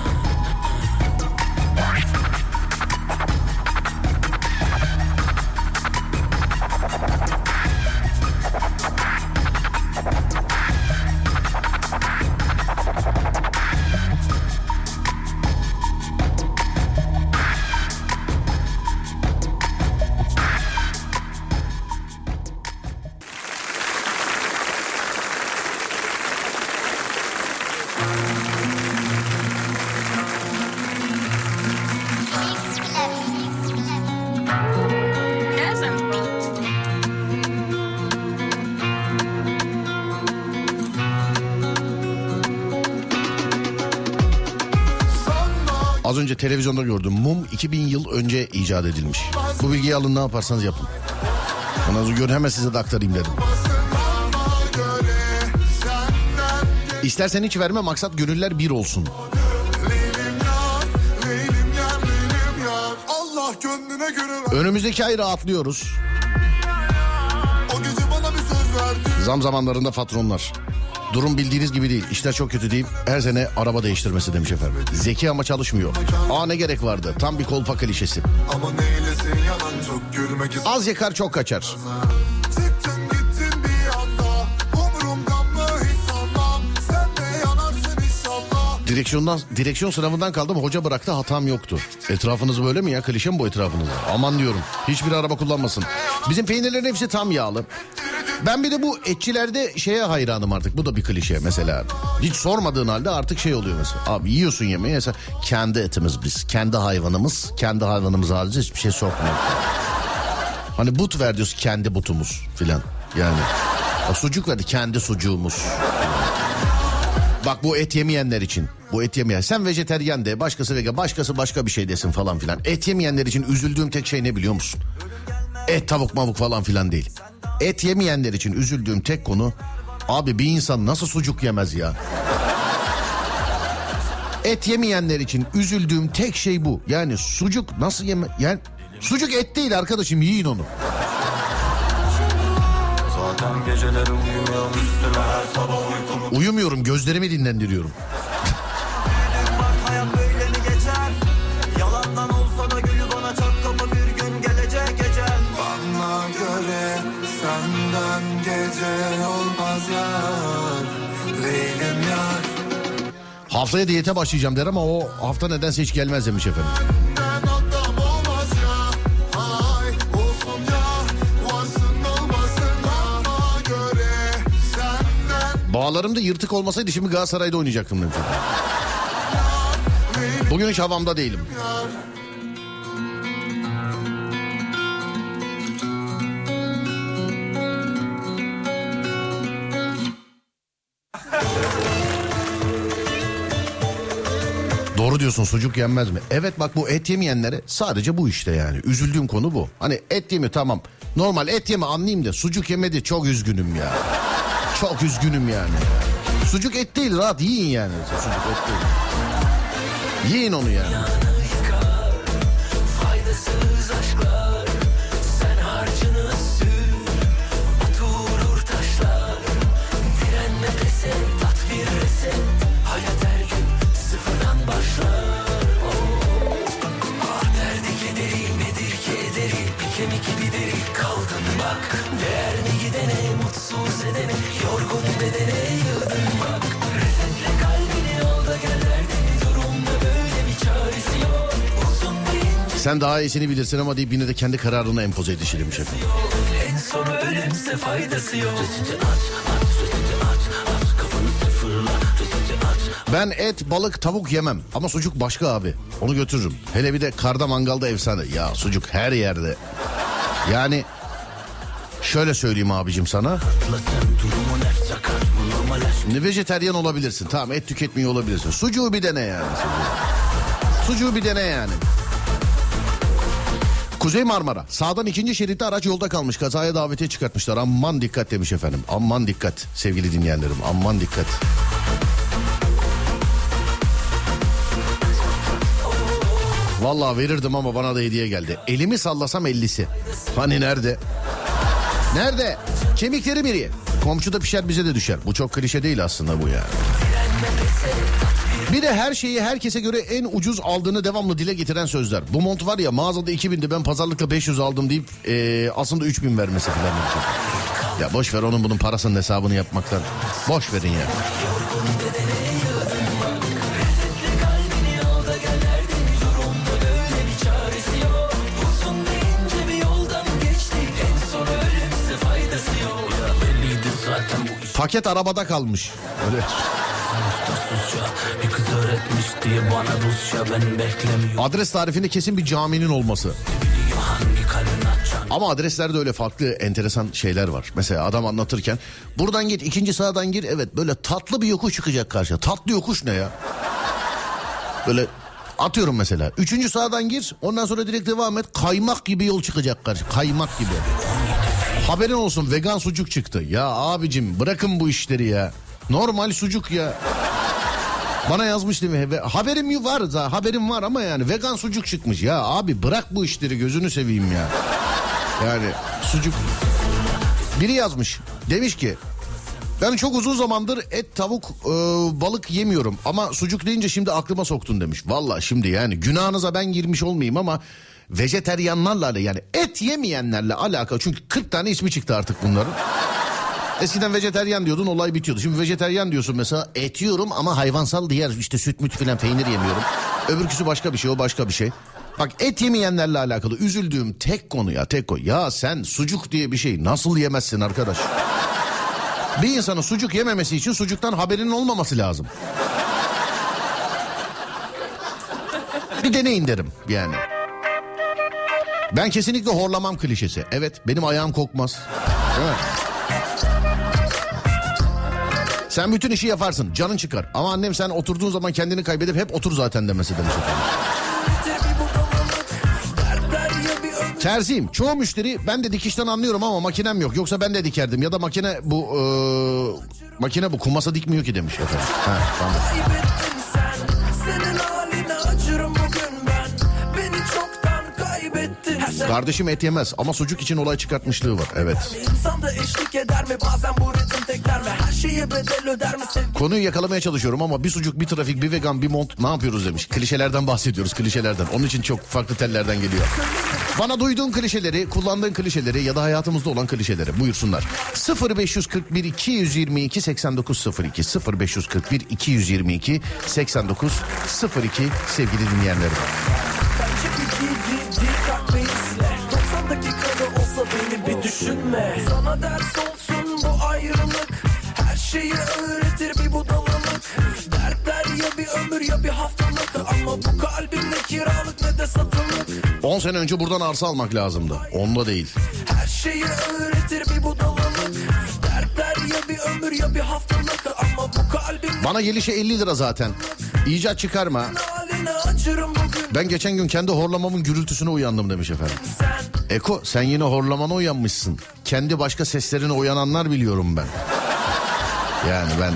Az önce televizyonda gördüm. Mum iki bin yıl önce icat edilmiş. Bu bilgiyi alın ne yaparsanız yapın. Ondan sonra görün hemen size de aktarayım dedim. İstersen hiç verme maksat gönüller bir olsun. Önümüzdeki ay rahatlıyoruz. Zam zamanlarında patronlar. Durum bildiğiniz gibi değil. İşler çok kötü değil. Her sene araba değiştirmesi demiş efendim. Zeki ama çalışmıyor. Aa ne gerek vardı? Tam bir kolpa klişesi. Az yakar çok kaçar. Direksiyondan, direksiyon sınavından kaldım. Hoca bıraktı hatam yoktu. Etrafınız böyle mi ya? Klişe mi bu etrafınızda? Aman diyorum. Hiçbir araba kullanmasın. Bizim peynirlerin hepsi tam yağlı. Ben bir de bu etçilerde şeye hayranım artık. Bu da bir klişe mesela. Hiç sormadığın halde artık şey oluyor mesela. Abi yiyorsun yemeği mesela. Kendi etimiz biz. Kendi hayvanımız. Kendi hayvanımız harici hiçbir şey sokmuyor. Hani but ver diyoruz kendi butumuz filan. Yani. O sucuk verdi kendi sucuğumuz. Bak bu et yemeyenler için. Bu et yemeyen. Sen vejeteryan de başkası vegan başkası başka bir şey desin falan filan. Et yemeyenler için üzüldüğüm tek şey ne biliyor musun? Et tavuk mavuk falan filan değil. Et yemeyenler için üzüldüğüm tek konu abi bir insan nasıl sucuk yemez ya? Et yemeyenler için üzüldüğüm tek şey bu. Yani sucuk nasıl yeme... Yani sucuk et değil arkadaşım yiyin onu. Zaten gecelerim uyumuyorum üstüne her sabah uykumu. Uyumuyorum gözlerimi dinlendiriyorum. Haftaya diyete başlayacağım der ama o hafta nedense hiç gelmez demiş efendim. Bağlarımda yırtık olmasaydı şimdi Galatasaray'da oynayacaktım demiş efendim. Bugün hiç havamda değilim. Doğru diyorsun, sucuk yenmez mi? Evet bak, bu et yemeyenlere sadece bu işte yani. Üzüldüğüm konu bu. Hani et yemi tamam. Normal et yeme anlayayım da sucuk yemedi, çok üzgünüm ya. Çok üzgünüm yani. Sucuk et değil, rahat yiyin yani. Sucuk et değil. Yiyin onu yani. Faydasız aşklar, sen harcını sür, oturur taşlar, direnme pes et, tat bir reset, hayat her gün sıfırdan başlar. Oh. Ah derdi kederi, nedir ki ederi, bir kemik bir deri kaldın bak, değer mi gidene, mutsuz edene, yorgun bedene yıldın bak, resetle kalbini al da gel derdini, durumda böyle bir çaresi yok. Sen daha iyisini bilirsin ama deyip yine de kendi kararını empoze edişirim şefim. En sonu ölümse faydası yok. Reseti aç, aç, reseti aç, aç, kafanı sıfırla, reseti aç. Ben et, balık, tavuk yemem ama sucuk başka abi. Onu götürürüm. Hele bir de karda mangalda efsane. Ya sucuk her yerde. Yani şöyle söyleyeyim abicim sana. Şimdi vejeteryan olabilirsin. Tamam, et tüketmiyor olabilirsin. Sucuğu bir dene yani. Sucuğu, sucuğu bir dene yani. Kuzey Marmara. Sağdan ikinci şeritte araç yolda kalmış. Kazaya davetiye çıkartmışlar. Aman dikkat demiş efendim. Aman dikkat sevgili dinleyenlerim. Aman dikkat. Vallahi verirdim ama bana da hediye geldi. Elimi sallasam ellisi. Hani nerede? Nerede? Kemikleri biri. Komşu da pişer bize de düşer. Bu çok klişe değil aslında bu yani. Bir de her şeyi herkese göre en ucuz aldığını devamlı dile getiren sözler. Bu mont var ya, mağazada iki bindi, ben pazarlıkta beş yüz aldım deyip e, aslında üç bin vermesi falan. Ya boş ver onun bunun parasının hesabını yapmaktan. Boş verin ya. Paket arabada kalmış. Öyle. Bir kız öğretmiş diye bana Rusça, ben beklemiyorum. Adres tarifinde kesin bir caminin olması. Ama adreslerde öyle farklı enteresan şeyler var. Mesela adam anlatırken buradan git, ikinci sağdan gir, evet böyle tatlı bir yokuş çıkacak karşıya. Tatlı yokuş ne ya? Böyle atıyorum mesela. Üçüncü sağdan gir, ondan sonra direkt devam et. Kaymak gibi yol çıkacak karşı. Kaymak gibi. Haberin olsun, vegan sucuk çıktı. Ya abicim bırakın bu işleri ya. Normal sucuk ya. Bana yazmış değil mi? Haberim var da, haberim var ama yani vegan sucuk çıkmış. Ya abi bırak bu işleri, gözünü seveyim ya. Yani sucuk. Biri yazmış. Demiş ki ben çok uzun zamandır et, tavuk, e, balık yemiyorum ama sucuk deyince şimdi aklıma soktun demiş. Vallahi şimdi yani günahınıza ben girmiş olmayayım ama vejeteryanlarla, yani et yemeyenlerle alakalı, çünkü kırk tane ismi çıktı artık bunların. Eskiden vejeteryan diyordun, olay bitiyordu. Şimdi vejeteryan diyorsun mesela, et yiyorum ama hayvansal diğer işte süt müt filan, peynir yemiyorum. Öbürküsü başka bir şey, o başka bir şey. Bak et yemeyenlerle alakalı üzüldüğüm tek konu ya, tek konu. Ya sen sucuk diye bir şey nasıl yemezsin arkadaş? Bir insanın sucuk yememesi için sucuktan haberinin olmaması lazım. Bir deneyin derim yani. Ben kesinlikle horlamam klişesi. Evet, benim ayağım kokmaz. Değil mi? Sen bütün işi yaparsın, canın çıkar. Ama annem sen oturduğun zaman kendini kaybedip hep otur zaten demesi demiş efendim. Terziyim. Çoğu müşteri ben de dikişten anlıyorum ama makinem yok. Yoksa ben de dikerdim. Ya da makine bu e, makine bu kumasa dikmiyor ki demiş efendim. Ha, tamam. Kardeşim et yemez ama sucuk için olay çıkartmışlığı var. Evet. Konuyu yakalamaya çalışıyorum ama bir sucuk, bir trafik, bir vegan, bir mont, ne yapıyoruz demiş. Klişelerden bahsediyoruz, klişelerden. Onun için çok farklı tellerden geliyor. Bana duyduğun klişeleri, kullandığın klişeleri ya da hayatımızda olan klişeleri buyursunlar. sıfır beş kırk bir iki yüz yirmi iki seksen dokuz sıfır iki sıfır beş kırk bir iki yüz yirmi iki seksen dokuz sıfır iki sevgili dinleyenlerim. doksan dakikada olsa beni bir düşünme. Sana ders olsun bu ayrılık. Her şeyi öğretir bir budalalık. Dertler ya bir ömür ya bir haftalık. Ama bu kalbimde kiralık ne de satılık. on sene önce buradan arsa almak lazımdı. Onda değil. Her şeyi öğretir bir budalalık. Dertler ya bir ömür ya bir haftalık. Ama bu kalbimde... Bana gelişe elli lira zaten. İcat çıkarma. Yine acırım bugün. Ben geçen gün kendi horlamamın gürültüsüne uyandım demiş efendim. Sen Eko sen yine horlamana uyanmışsın. Kendi başka seslerine uyananlar biliyorum ben. Yani ben...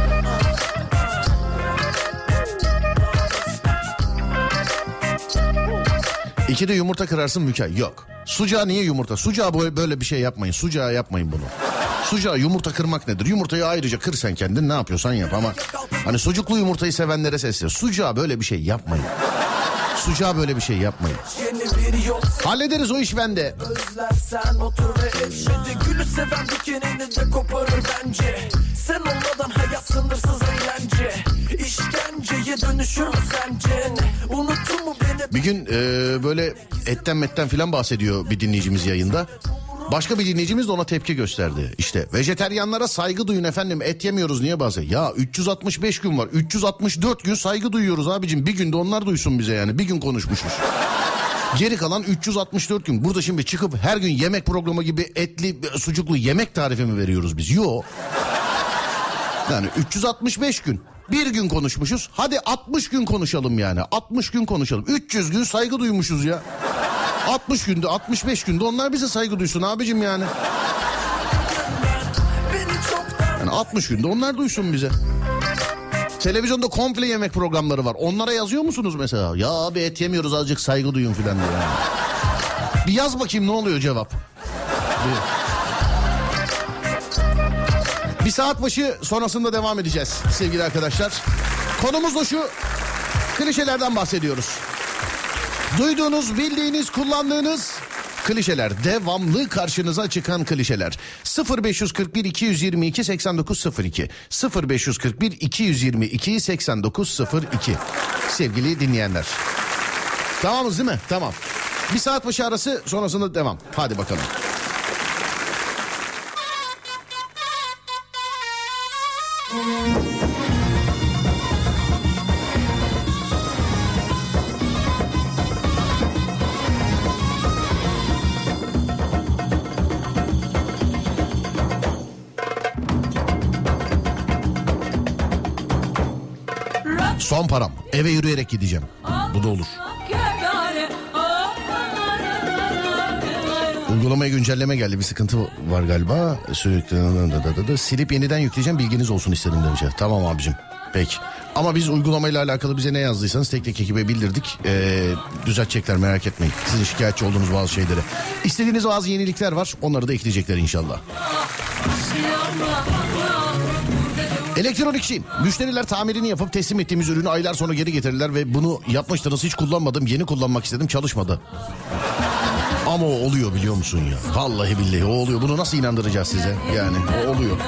İki de yumurta kırarsın mükemmel. Yok. Sucuğa niye yumurta? Sucuğa böyle bir şey yapmayın. Sucuğa yapmayın bunu. Sucuğa yumurta kırmak nedir? Yumurtayı ayrıca kır sen kendin, ne yapıyorsan yap ama... Hani sucuklu yumurtayı sevenlere sesleniyor. Sucuğa böyle bir şey yapmayın. Sucuğa böyle bir şey yapmayın. Hallederiz, o iş bende. Özlersen otur ve evşede gülü seven dikenini de koparır bence. Sen olmadan hayat sınırsız eğlence. İşkenceye dönüşür mü sence? Unuttun mu beni? Bir gün e, böyle etten metten filan bahsediyor bir dinleyicimiz yayında. Başka bir dinleyicimiz de ona tepki gösterdi. İşte vejeteryanlara saygı duyun efendim, et yemiyoruz niye bahsediyor? Ya üç yüz altmış beş gün var. üç yüz altmış dört gün saygı duyuyoruz abicim. Bir günde onlar duysun bize yani. Bir gün konuşmuşuz. Geri kalan üç yüz altmış dört gün. Burada şimdi çıkıp her gün yemek programı gibi etli sucuklu yemek tarifi mi veriyoruz biz? Yok. Yani üç yüz altmış beş gün. Bir gün konuşmuşuz. Hadi altmış gün konuşalım yani. altmış gün konuşalım. üç yüz gün saygı duymuşuz ya. altmış günde, altmış beş günde onlar bize saygı duysun abicim yani. Yani altmış günde onlar duysun bize. Televizyonda komple yemek programları var. Onlara yazıyor musunuz mesela? Ya abi et yemiyoruz, azıcık saygı duyun filan diye. Yani. Bir yaz bakayım ne oluyor cevap. Bir... Bir saat başı sonrasında devam edeceğiz sevgili arkadaşlar. Konumuz da şu: klişelerden bahsediyoruz. Duyduğunuz, bildiğiniz, kullandığınız klişeler, devamlı karşınıza çıkan klişeler. sıfır beş kırk bir iki yüz yirmi iki seksen dokuz sıfır iki sıfır beş kırk bir iki yüz yirmi iki seksen dokuz sıfır iki sevgili dinleyenler. Tamamız değil mi? Tamam. Bir saat başı arası sonrasında devam. Hadi bakalım. Son param. Eve yürüyerek gideceğim. Bu da olur. Uygulamaya güncelleme geldi. Bir sıkıntı var galiba. Sürekli silip yeniden yükleyeceğim. Bilginiz olsun istedim demiş. Tamam abicim. Peki. Ama biz uygulamayla alakalı bize ne yazdıysanız tek tek ekibe bildirdik. Ee, düzeltecekler, merak etmeyin. Sizin şikayetçi olduğunuz bazı şeyleri. İstediğiniz bazı yenilikler var. Onları da ekleyecekler inşallah. Elektronikçiyim. Müşteriler tamirini yapıp teslim ettiğimiz ürünü aylar sonra geri getirirler ve bunu yapmıştınız, hiç kullanmadım, yeni kullanmak istedim, çalışmadı. Ama o oluyor biliyor musun ya? Vallahi billahi o oluyor. Bunu nasıl inandıracağız size? Yani o oluyor.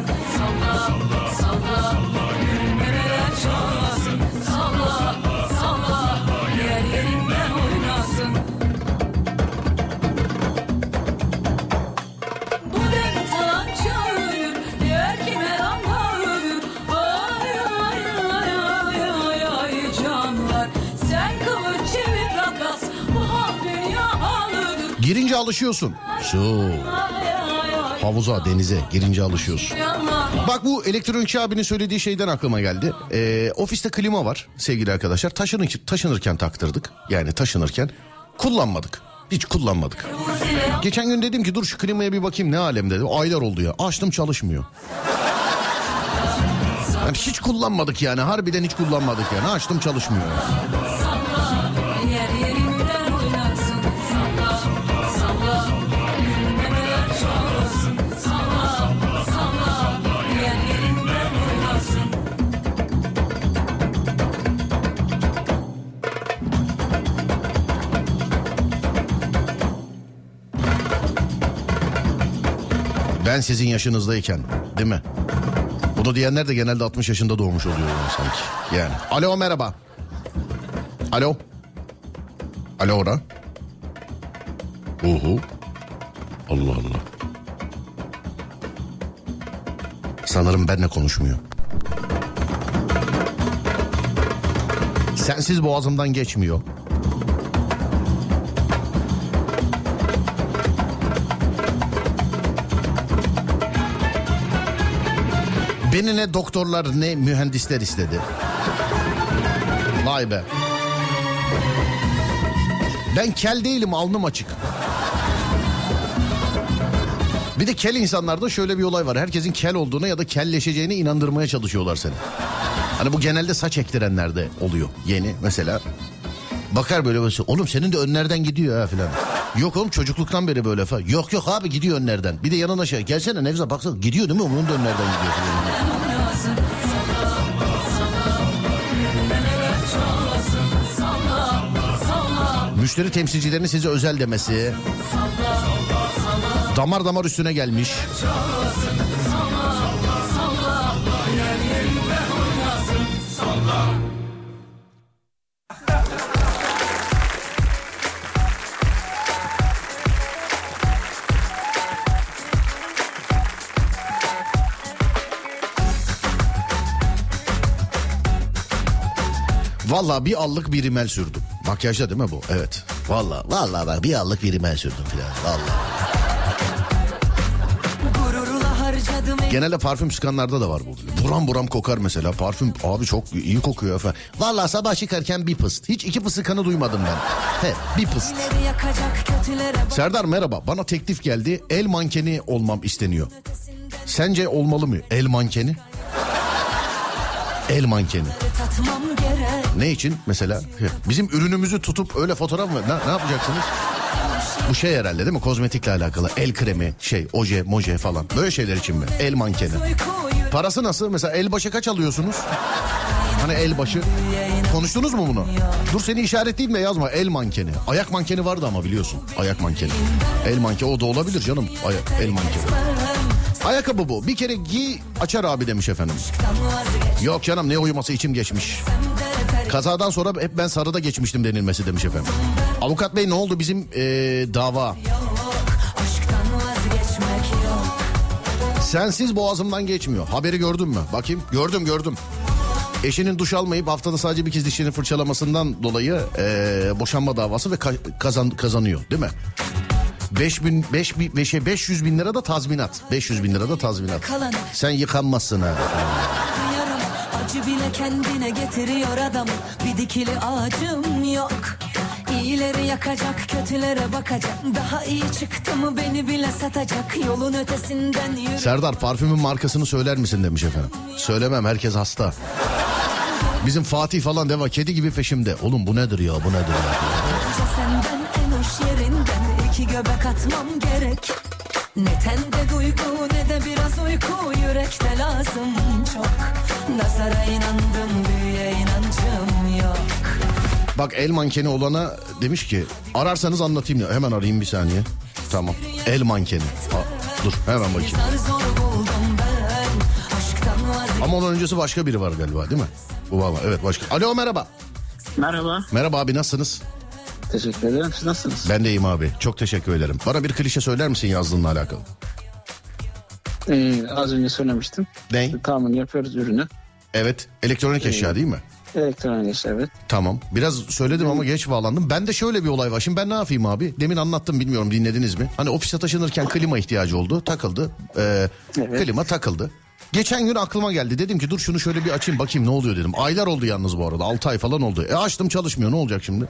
Girince alışıyorsun. Su. Havuza, denize girince alışıyorsun. Bak bu elektronikçi abinin söylediği şeyden aklıma geldi. Ee, ofiste klima var sevgili arkadaşlar. Taşınır, taşınırken taktırdık. Yani taşınırken kullanmadık. Hiç kullanmadık. Geçen gün dedim ki dur şu klimaya bir bakayım ne alem dedim. Aylar oldu ya. Açtım, çalışmıyor. Yani hiç kullanmadık yani. Harbiden hiç kullanmadık yani. Açtım, çalışmıyor. Ben sizin yaşınızdayken, değil mi? Bunu diyenler de genelde altmış yaşında doğmuş oluyor yani sanki. Yani. Alo, merhaba. Alo. Alo ora. Uhu. Allah Allah. Sanırım benimle konuşmuyor. Sensiz boğazımdan geçmiyor. Beni ne doktorlar ne mühendisler istedi. Vay be. Ben kel değilim, alnım açık. Bir de kel insanlarda şöyle bir olay var. Herkesin kel olduğuna ya da kelleşeceğine inandırmaya çalışıyorlar seni. Hani bu genelde saç ektirenlerde oluyor. Yeni mesela. Bakar böyle böyle. Oğlum senin de önlerden gidiyor ha filan. Yok oğlum çocukluktan beri böyle falan. Yok yok abi gidiyor önlerden. Bir de yanına şey. Gelsene Nevzat baksana. Gidiyor değil mi? Onun da önlerden gidiyor. Müşteri temsilcilerinin size özel demesi. Damar damar üstüne gelmiş. Vallahi bir allık bir rimel sürdüm. Makyajda değil mi bu? Evet. Vallahi vallahi bak bir allık bir rimel sürdüm filan. Vallahi. Genelde parfüm sıkanlarda da var bu. Buram buram kokar mesela. Parfüm abi çok iyi kokuyor efendim. Vallahi sabah çıkarken bir pıst. Hiç iki pıst sıkanı duymadım ben. He bir pıst. Serdar merhaba. Bana teklif geldi. El mankeni olmam isteniyor. Sence olmalı mı? El mankeni? El mankeni. Ne için mesela? Bizim ürünümüzü tutup öyle fotoğraf mı? Ne, ne yapacaksınız? Bu şey herhalde değil mi? Kozmetikle alakalı. El kremi, şey, oje, moje falan. Böyle şeyler için mi? El mankeni. Parası nasıl? Mesela el başı kaç alıyorsunuz? Hani el başı. Konuştunuz mu bunu? Dur seni işaretleyeyim de yazma. El mankeni. Ayak mankeni vardı ama biliyorsun. Ayak mankeni. El mankeni o da olabilir canım. Ayak, el mankeni. Ayakkabı bu. Bir kere giy açar abi demiş efendim. Yok canım ne uyuması içim geçmiş. Kazadan sonra hep ben sarıda geçmiştim denilmesi demiş efendim. Avukat bey ne oldu bizim ee, dava? Sensiz boğazımdan geçmiyor. Haberi gördün mü? Bakayım. Gördüm gördüm. Eşinin duş almayıp haftada sadece bir kez dişini fırçalamasından dolayı ee, boşanma davası ve ka- kazan kazanıyor değil mi? beş bin, beş bin, beş yüz bin lira da tazminat. beş yüz bin lira da tazminat. Sen yıkanmazsın ha. Acı bile kendine getiriyor adam. Bir dikili ağacım yok. İyileri yakacak, kötülere bakacak. Daha iyi çıktı mı beni bile satacak. Yolun ötesinden yürü. Serdar parfümün markasını söyler misin demiş efendim. Söylemem, herkes hasta. Bizim Fatih falan deva kedi gibi peşimde. Oğlum bu nedir ya, bu nedir ya? Senden en hoş yerinden iki göbek atmam gerek. Ne tende duygu ne de biraz uyku, yürekte lazım çok. Nazara inandım, büyüye inancım yok. Bak el mankeni olana demiş ki ararsanız anlatayım ya. Hemen arayayım bir saniye. Tamam. El mankeni. Ha, dur hemen bakayım. Ama onun öncesi başka biri var galiba değil mi? Bu baba evet başka. Alo merhaba. Merhaba. Merhaba abi nasılsınız? Teşekkür ederim. Siz nasılsınız? Ben de iyiyim abi. Çok teşekkür ederim. Bana bir klişe söyler misin yazdığınla alakalı? Ee, az önce söylemiştim. Ne? Tamam yapıyoruz ürünü. Evet. Elektronik eşya ee, değil mi? Elektronik eşya evet. Tamam. Biraz söyledim ama geç bağlandım. Ben de şöyle bir olay var. Şimdi ben ne yapayım abi? Demin anlattım bilmiyorum dinlediniz mi? Hani ofise taşınırken klima ihtiyacı oldu. Takıldı. Ee, evet. Klima takıldı. Geçen gün aklıma geldi. Dedim ki dur şunu şöyle bir açayım bakayım ne oluyor dedim. Aylar oldu yalnız bu arada. altı ay falan oldu. E açtım çalışmıyor. Ne olacak şimdi?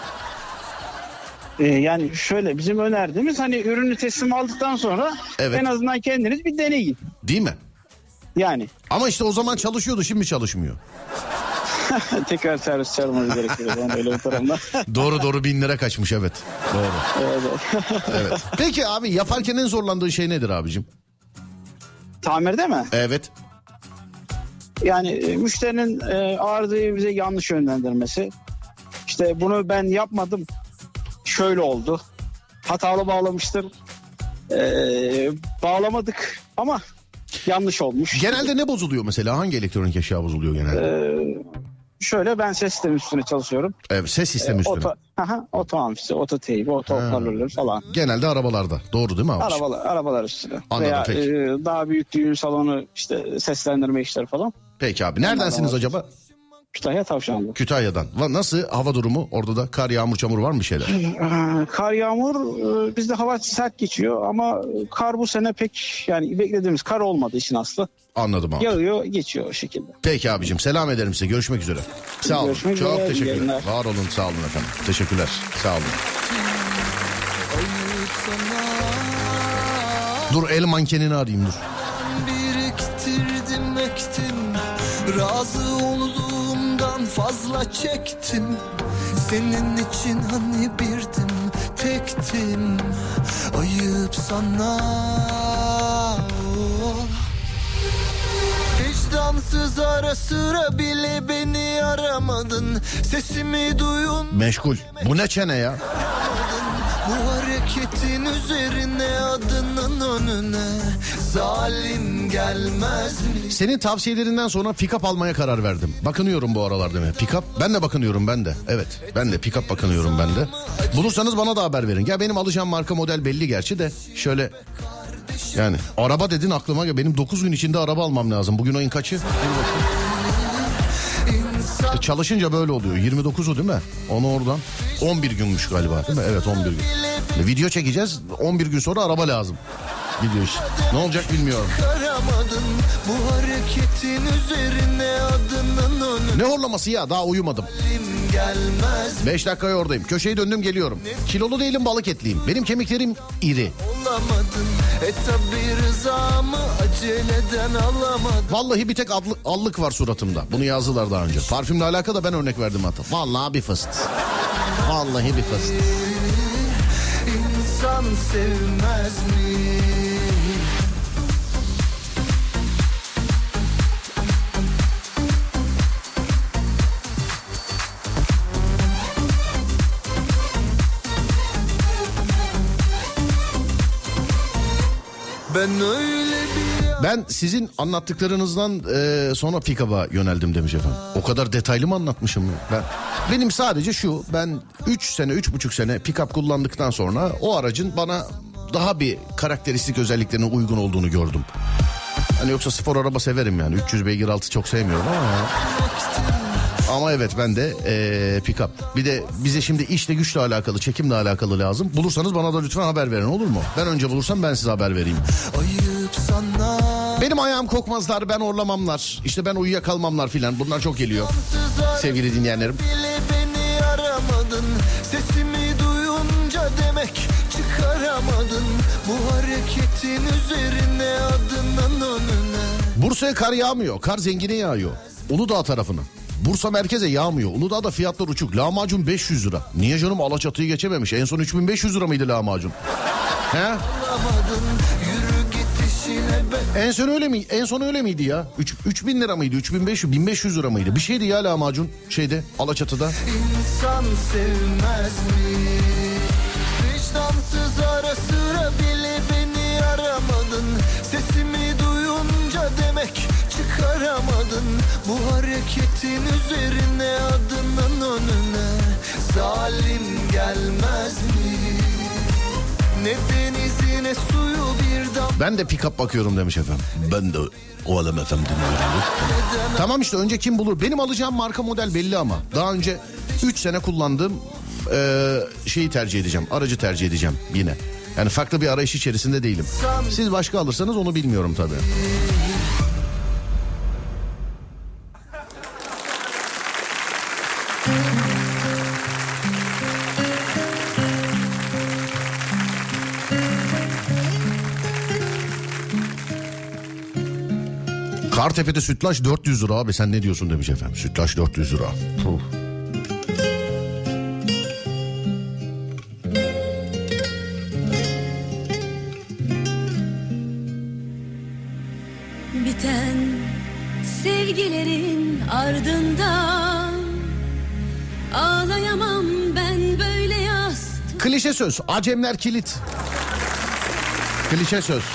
Ee, yani şöyle bizim önerdiğimiz hani ürünü teslim aldıktan sonra evet. En azından kendiniz bir deneyin. Değil mi? Yani. Ama işte o zaman çalışıyordu şimdi çalışmıyor. Tekrar servis çağırmanız gerekiyor. Yani öyle bir tarafında. Doğru doğru bin lira kaçmış evet. Doğru. Evet. Evet. Peki abi yaparken en zorlandığın şey nedir abicim? Tamirde mi? Evet. Yani e, müşterinin e, arızayı bize yanlış yönlendirmesi. İşte bunu ben yapmadım. Şöyle oldu. Hatalı bağlamıştır. Ee, bağlamadık ama yanlış olmuş. Genelde ne bozuluyor mesela? Hangi elektronik eşya bozuluyor genelde? Ee, şöyle ben ses sistemi üstüne çalışıyorum. Evet ses sistemi ee, üstüne. Oto, aha, oto amfisi, oto teybi, oto hoparlörler falan. Genelde arabalarda. Doğru değil mi abi? Arabalar, arabalar üstüne. Anladım Veya peki. E, daha büyük düğün salonu işte seslendirme işleri falan. Peki abi. Neredensiniz acaba? Kütahya Tavşanlı. Kütahya'dan. Nasıl hava durumu? Orada da kar, yağmur, çamur var mı bir şeyler? Kar, yağmur, bizde hava sert geçiyor ama kar bu sene pek yani beklediğimiz kar olmadı işin aslı. Anladım abi. Yağıyor, geçiyor o şekilde. Peki abicim, selam ederim size. Görüşmek üzere. Sağ olun. Görüşmek Çok üzere, teşekkürler. yayınlar. Var olun, sağ olun efendim. Teşekkürler. Sağ olun. Dur, el mankenini arayayım dur. Biriktirdim, ektim, razı olduğumdan fazla çektim. Senin için hani birdim, tektim. Ayıp sana. Vicdansız ara sıra bile beni aramadın. Sesimi duyun. Meşgul. Bu ne çene ya? Bu hareketin üzerine adının önüne zalim gelmez mi? Senin tavsiyelerinden sonra pick-up almaya karar verdim. Bakınıyorum bu aralar değil mi? Pick-up. Ben de bakınıyorum ben de. Evet. Ben de pick-up bakınıyorum ben de. Bulursanız bana da haber verin. Ya benim alacağım marka model belli gerçi de. Şöyle yani araba dedin aklıma ya, benim dokuz gün içinde araba almam lazım. Bugün ayın kaçı? İşte çalışınca böyle oluyor. yirmi dokuzu değil mi? Onu oradan. on bir günmüş galiba değil mi? Evet, on bir gün. Video çekeceğiz. on bir gün sonra araba lazım. Video iş. Ne olacak bilmiyorum. Bu hareketin üzerine adının önüne. Ne horlaması ya? Daha uyumadım. beş dakikaya oradayım. Köşeyi döndüm, geliyorum. Kilolu değilim, balık etliyim. Benim kemiklerim iri. Olamadın. E tabi rızamı aceleden alamadın. Vallahi bir tek allık, allık var suratımda. Bunu yazdılar daha önce. Parfümle alakalı da ben örnek verdim hatta. Vallahi bir fıst. Vallahi bir fıst. İnsan sevmez mi? Ben öyle bir... Ben sizin anlattıklarınızdan e, sonra pick-up'a yöneldim demiş efendim. O kadar detaylı mı anlatmışım ya? Ben, benim sadece şu, ben üç sene, üç buçuk sene pick-up kullandıktan sonra o aracın bana daha bir karakteristik özelliklerine uygun olduğunu gördüm. Hani yoksa spor araba severim yani. üç yüz beygir altı çok sevmiyorum ama ya. Ama evet, ben de ee, pick-up. Bir de bize şimdi işle güçle alakalı, çekimle alakalı lazım. Bulursanız bana da lütfen haber verin, olur mu? Ben önce bulursam ben size haber vereyim. Benim ayağım kokmazlar, ben orlamamlar, işte ben uyuyakalmamlar filan, bunlar çok geliyor sevgili dinleyenlerim. Beni aramadın, sesimi duyunca demek çıkaramadın. Bu hareketin üzerine adının önüne. Bursa'ya kar yağmıyor, kar zengine yağıyor. Uludağ tarafına. Bursa merkeze yağmıyor. Uludağ'da fiyatlar uçuk. Lahmacun beş yüz lira. Niye canım, Alaçatı'yı geçememiş. En son üç bin beş yüz lira mıydı lahmacun? He? En son öyle mi? En son öyle miydi ya? üç bin lira mıydı? üç bin beş yüz, bin beş yüz lira mıydı? Bir şeydi ya lahmacun şeyde, Alaçatı'da. İnsan sevmez mi? Vicdansız ara sıra bile beni aramadın. Sesimi duyunca demek çıkaramadın. Bu hareketin üzerine adının önüne zalim gelmez mi? Ne denizi ne suyu birden. Ben de pick-up bakıyorum demiş efendim. Ben de o adam efendim dinliyorum. Tamam işte, önce kim bulur? Benim alacağım marka model belli ama. Daha önce üç sene kullandığım e, şeyi tercih edeceğim. Aracı tercih edeceğim yine. Yani farklı bir arayış içerisinde değilim. Siz başka alırsanız onu bilmiyorum tabii. Kartepe'de sütlaç dört yüz lira abi, sen ne diyorsun demiş efendim. Sütlaç dört yüz lira. Puh. Biten sevgilerin ardından ağlayamam ben böyle yaz. Klişe söz, Acemler kilit. Klişe söz.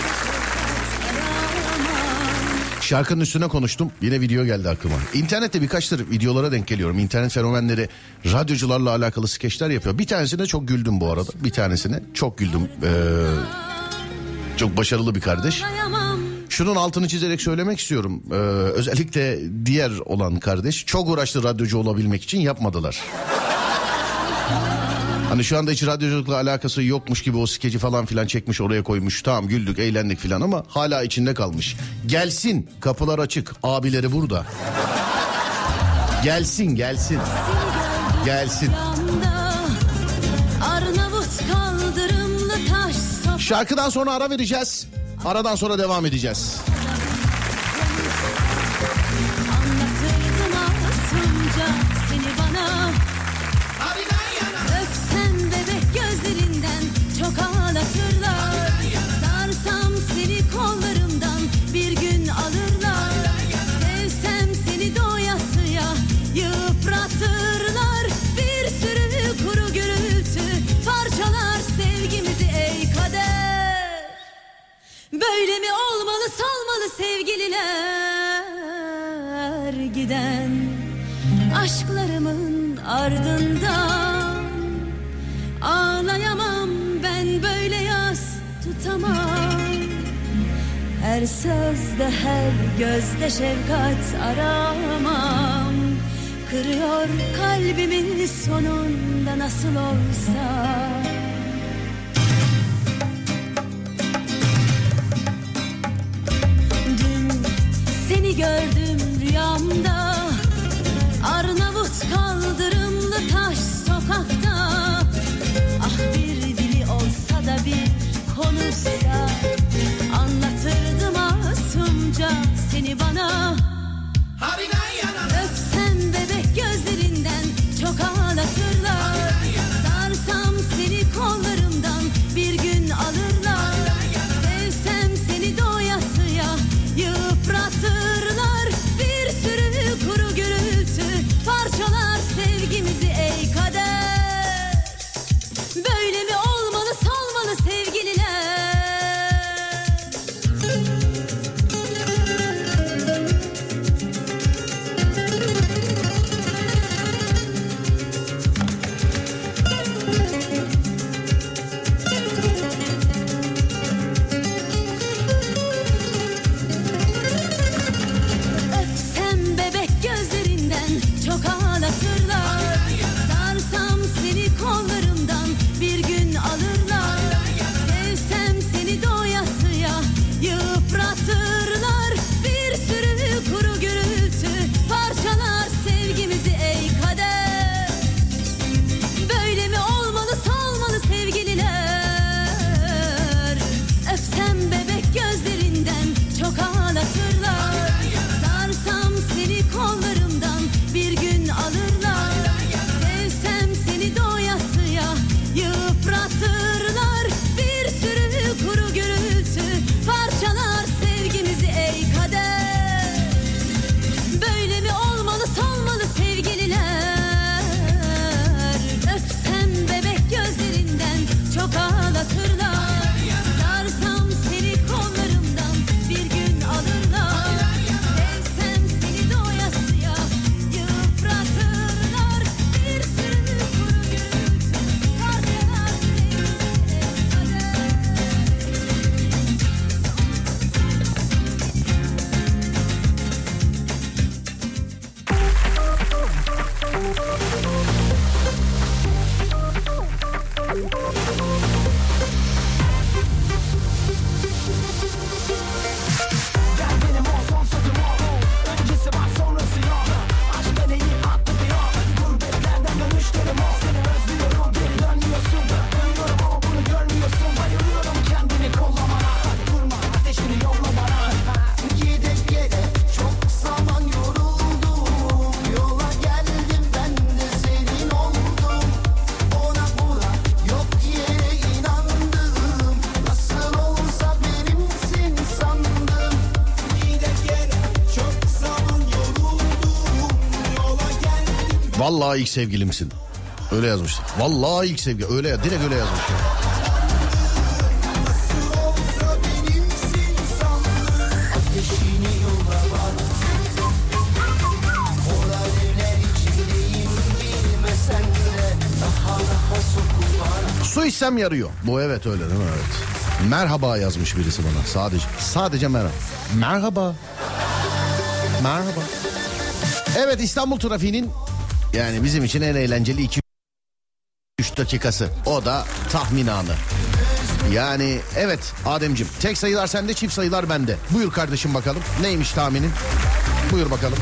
Şarkının üstüne konuştum. Yine video geldi aklıma. İnternette birkaçtır videolara denk geliyorum. İnternet fenomenleri radyocularla alakalı skeçler yapıyor. Bir tanesine çok güldüm bu arada. Bir tanesine çok güldüm. Ee, çok başarılı bir kardeş. şunun altını çizerek söylemek istiyorum. Ee, özellikle diğer olan kardeş çok uğraştı radyocu olabilmek için, yapmadılar. Hani şu anda hiç radyoculukla alakası yokmuş gibi o skeci falan filan çekmiş, oraya koymuş. Tamam, güldük, eğlendik filan ama hala içinde kalmış. Gelsin, kapılar açık, abileri burada. Gelsin, gelsin. Gelsin. Şarkıdan sonra ara vereceğiz. Aradan sonra devam edeceğiz. Böyle mi olmalı, salmalı sevgililer giden aşklarımın ardından. Ağlayamam ben, böyle yas tutamam. Her sözde, her gözde şefkat aramam. Kırıyor kalbimi sonunda nasıl olsa. Seni gördüm rüyamda, Arnavut kaldırımlı taş sokakta. Ah bir dili olsa da bir konuşsa, anlatırdım masumca seni bana. Öpsem bebek gözlerinden çok ağlatırlar. Sarsam seni kollarımdan bir gün alırlar. Sevsem seni doyasıya yıpratırlar. Bir sürü kuru gürültü parçalar sevgimizi ey kader. Böyle mi olmalı, salmalı sevgililer? Çok ağlatırlar. Sarsam seni kollarımdan bir gün alırlar. Sevsem seni doyasıya yıpratırlar. Bir sürü kuru gürültü parçalar sevgimizi ey kader. Böyle mi olmalı, salmalı sevgililer? Öpsem bebek gözlerinden çok ağlatırlar. Sarsam seni kollarımdan bir gün alırlar. Sevsem seni doyasıya yıpratırlar. Bir sürü kuru gürültü parçalar sevgimizi ey kader. Böyle mi olmalı, salmalı sevgililer? Öpsem bebek gözlerinden çok ağlatırlar. Sarsam seni kollarımdan bir gün alırlar. Sevsem seni doyasıya yıpratırlar. Bir sürü kuru gürültü parçalar sevgimizi ey kader. Gel benim ol, son sözüm ol. Öncesi var, sonrası yok. Aşk deneyi attı bir yol. Gurbetlerden dönüşlerim ol. Seni özlüyorum, geri dönmüyorsun. Dönüyorum ama bunu görmüyorsun. Bayılıyorum kendini kollamana. Hadi durma, ateşini yolla bana. Gidip yere çok zaman yoruldum. Yola geldim ben de senin oldum. Ona buna yok yere inandım. Nasıl olsa benimsin sandım. Gidip yere çok zaman yoruldum. Yola geldim. Vallahi ilk sevgilimsin. Öyle yazmıştı. Vallahi ilk sevgi. Öyle ya, direkt öyle yazmış. ya. Nasıl olsa benimsin sandım. Ateşini yolla bana. O alevler içindeyim bilmesen de. Daha daha sokul bana. Su içsem yarıyor. Bu evet öyle değil mi? Evet. Merhaba yazmış birisi bana sadece. Sadece merhaba. Merhaba. Merhaba. Evet, İstanbul trafiğinin yani bizim için en eğlenceli iki üç dakikası. O da tahmin anı. Yani evet Ademciğim, tek sayılar sende, çift sayılar bende. Buyur kardeşim bakalım. Neymiş tahminin? Buyur bakalım.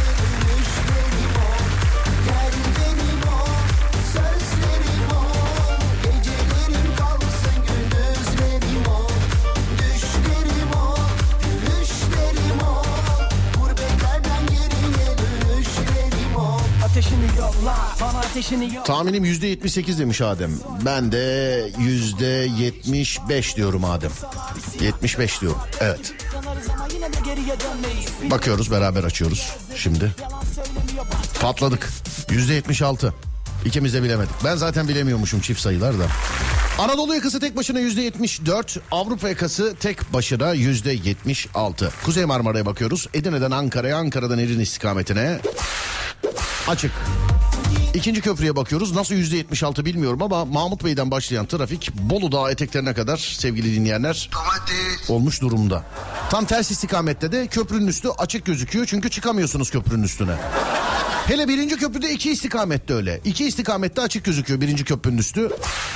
Tahminim yüzde yetmiş sekiz demiş Adem. Ben de yüzde yetmiş beş diyorum Adem. yetmiş beş diyorum. Evet. Bakıyoruz, beraber açıyoruz şimdi. Patladık. yüzde yetmiş altı. İkimiz de bilemedik. Ben zaten bilemiyormuşum çift sayılar da. Anadolu yakası tek başına yüzde yetmiş dört. Avrupa yakası tek başına yüzde yetmiş altı. Kuzey Marmara'ya bakıyoruz. Edirne'den Ankara'ya, Ankara'dan Edirne istikametine açık. İkinci köprüye bakıyoruz. Nasıl yüzde yetmiş altı bilmiyorum ama Mahmut Bey'den başlayan trafik Bolu Dağı eteklerine kadar sevgili dinleyenler olmuş durumda. Tam ters istikamette de köprünün üstü açık gözüküyor çünkü çıkamıyorsunuz köprünün üstüne. Hele birinci köprüde iki istikamette öyle. İki istikamette açık gözüküyor birinci köprünün üstü.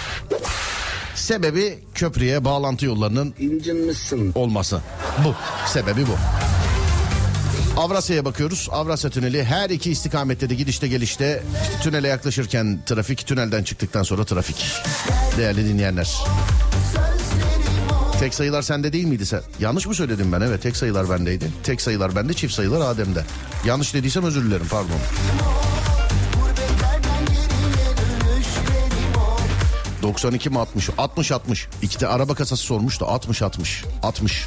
Sebebi köprüye bağlantı yollarının olması. Bu. Sebebi bu. Avrasya'ya bakıyoruz. Avrasya Tüneli her iki istikamette de gidişte gelişte, işte tünele yaklaşırken trafik, tünelden çıktıktan sonra trafik. Değerli dinleyenler. Tek sayılar sende değil miydi sen? Yanlış mı söyledim ben? Evet, tek sayılar bendeydi. Tek sayılar bende, çift sayılar Adem'de. Yanlış dediysem özür dilerim, pardon. doksan iki mi altmış? altmış altmış. İkide araba kasası sormuştu. altmış altmış. altmış.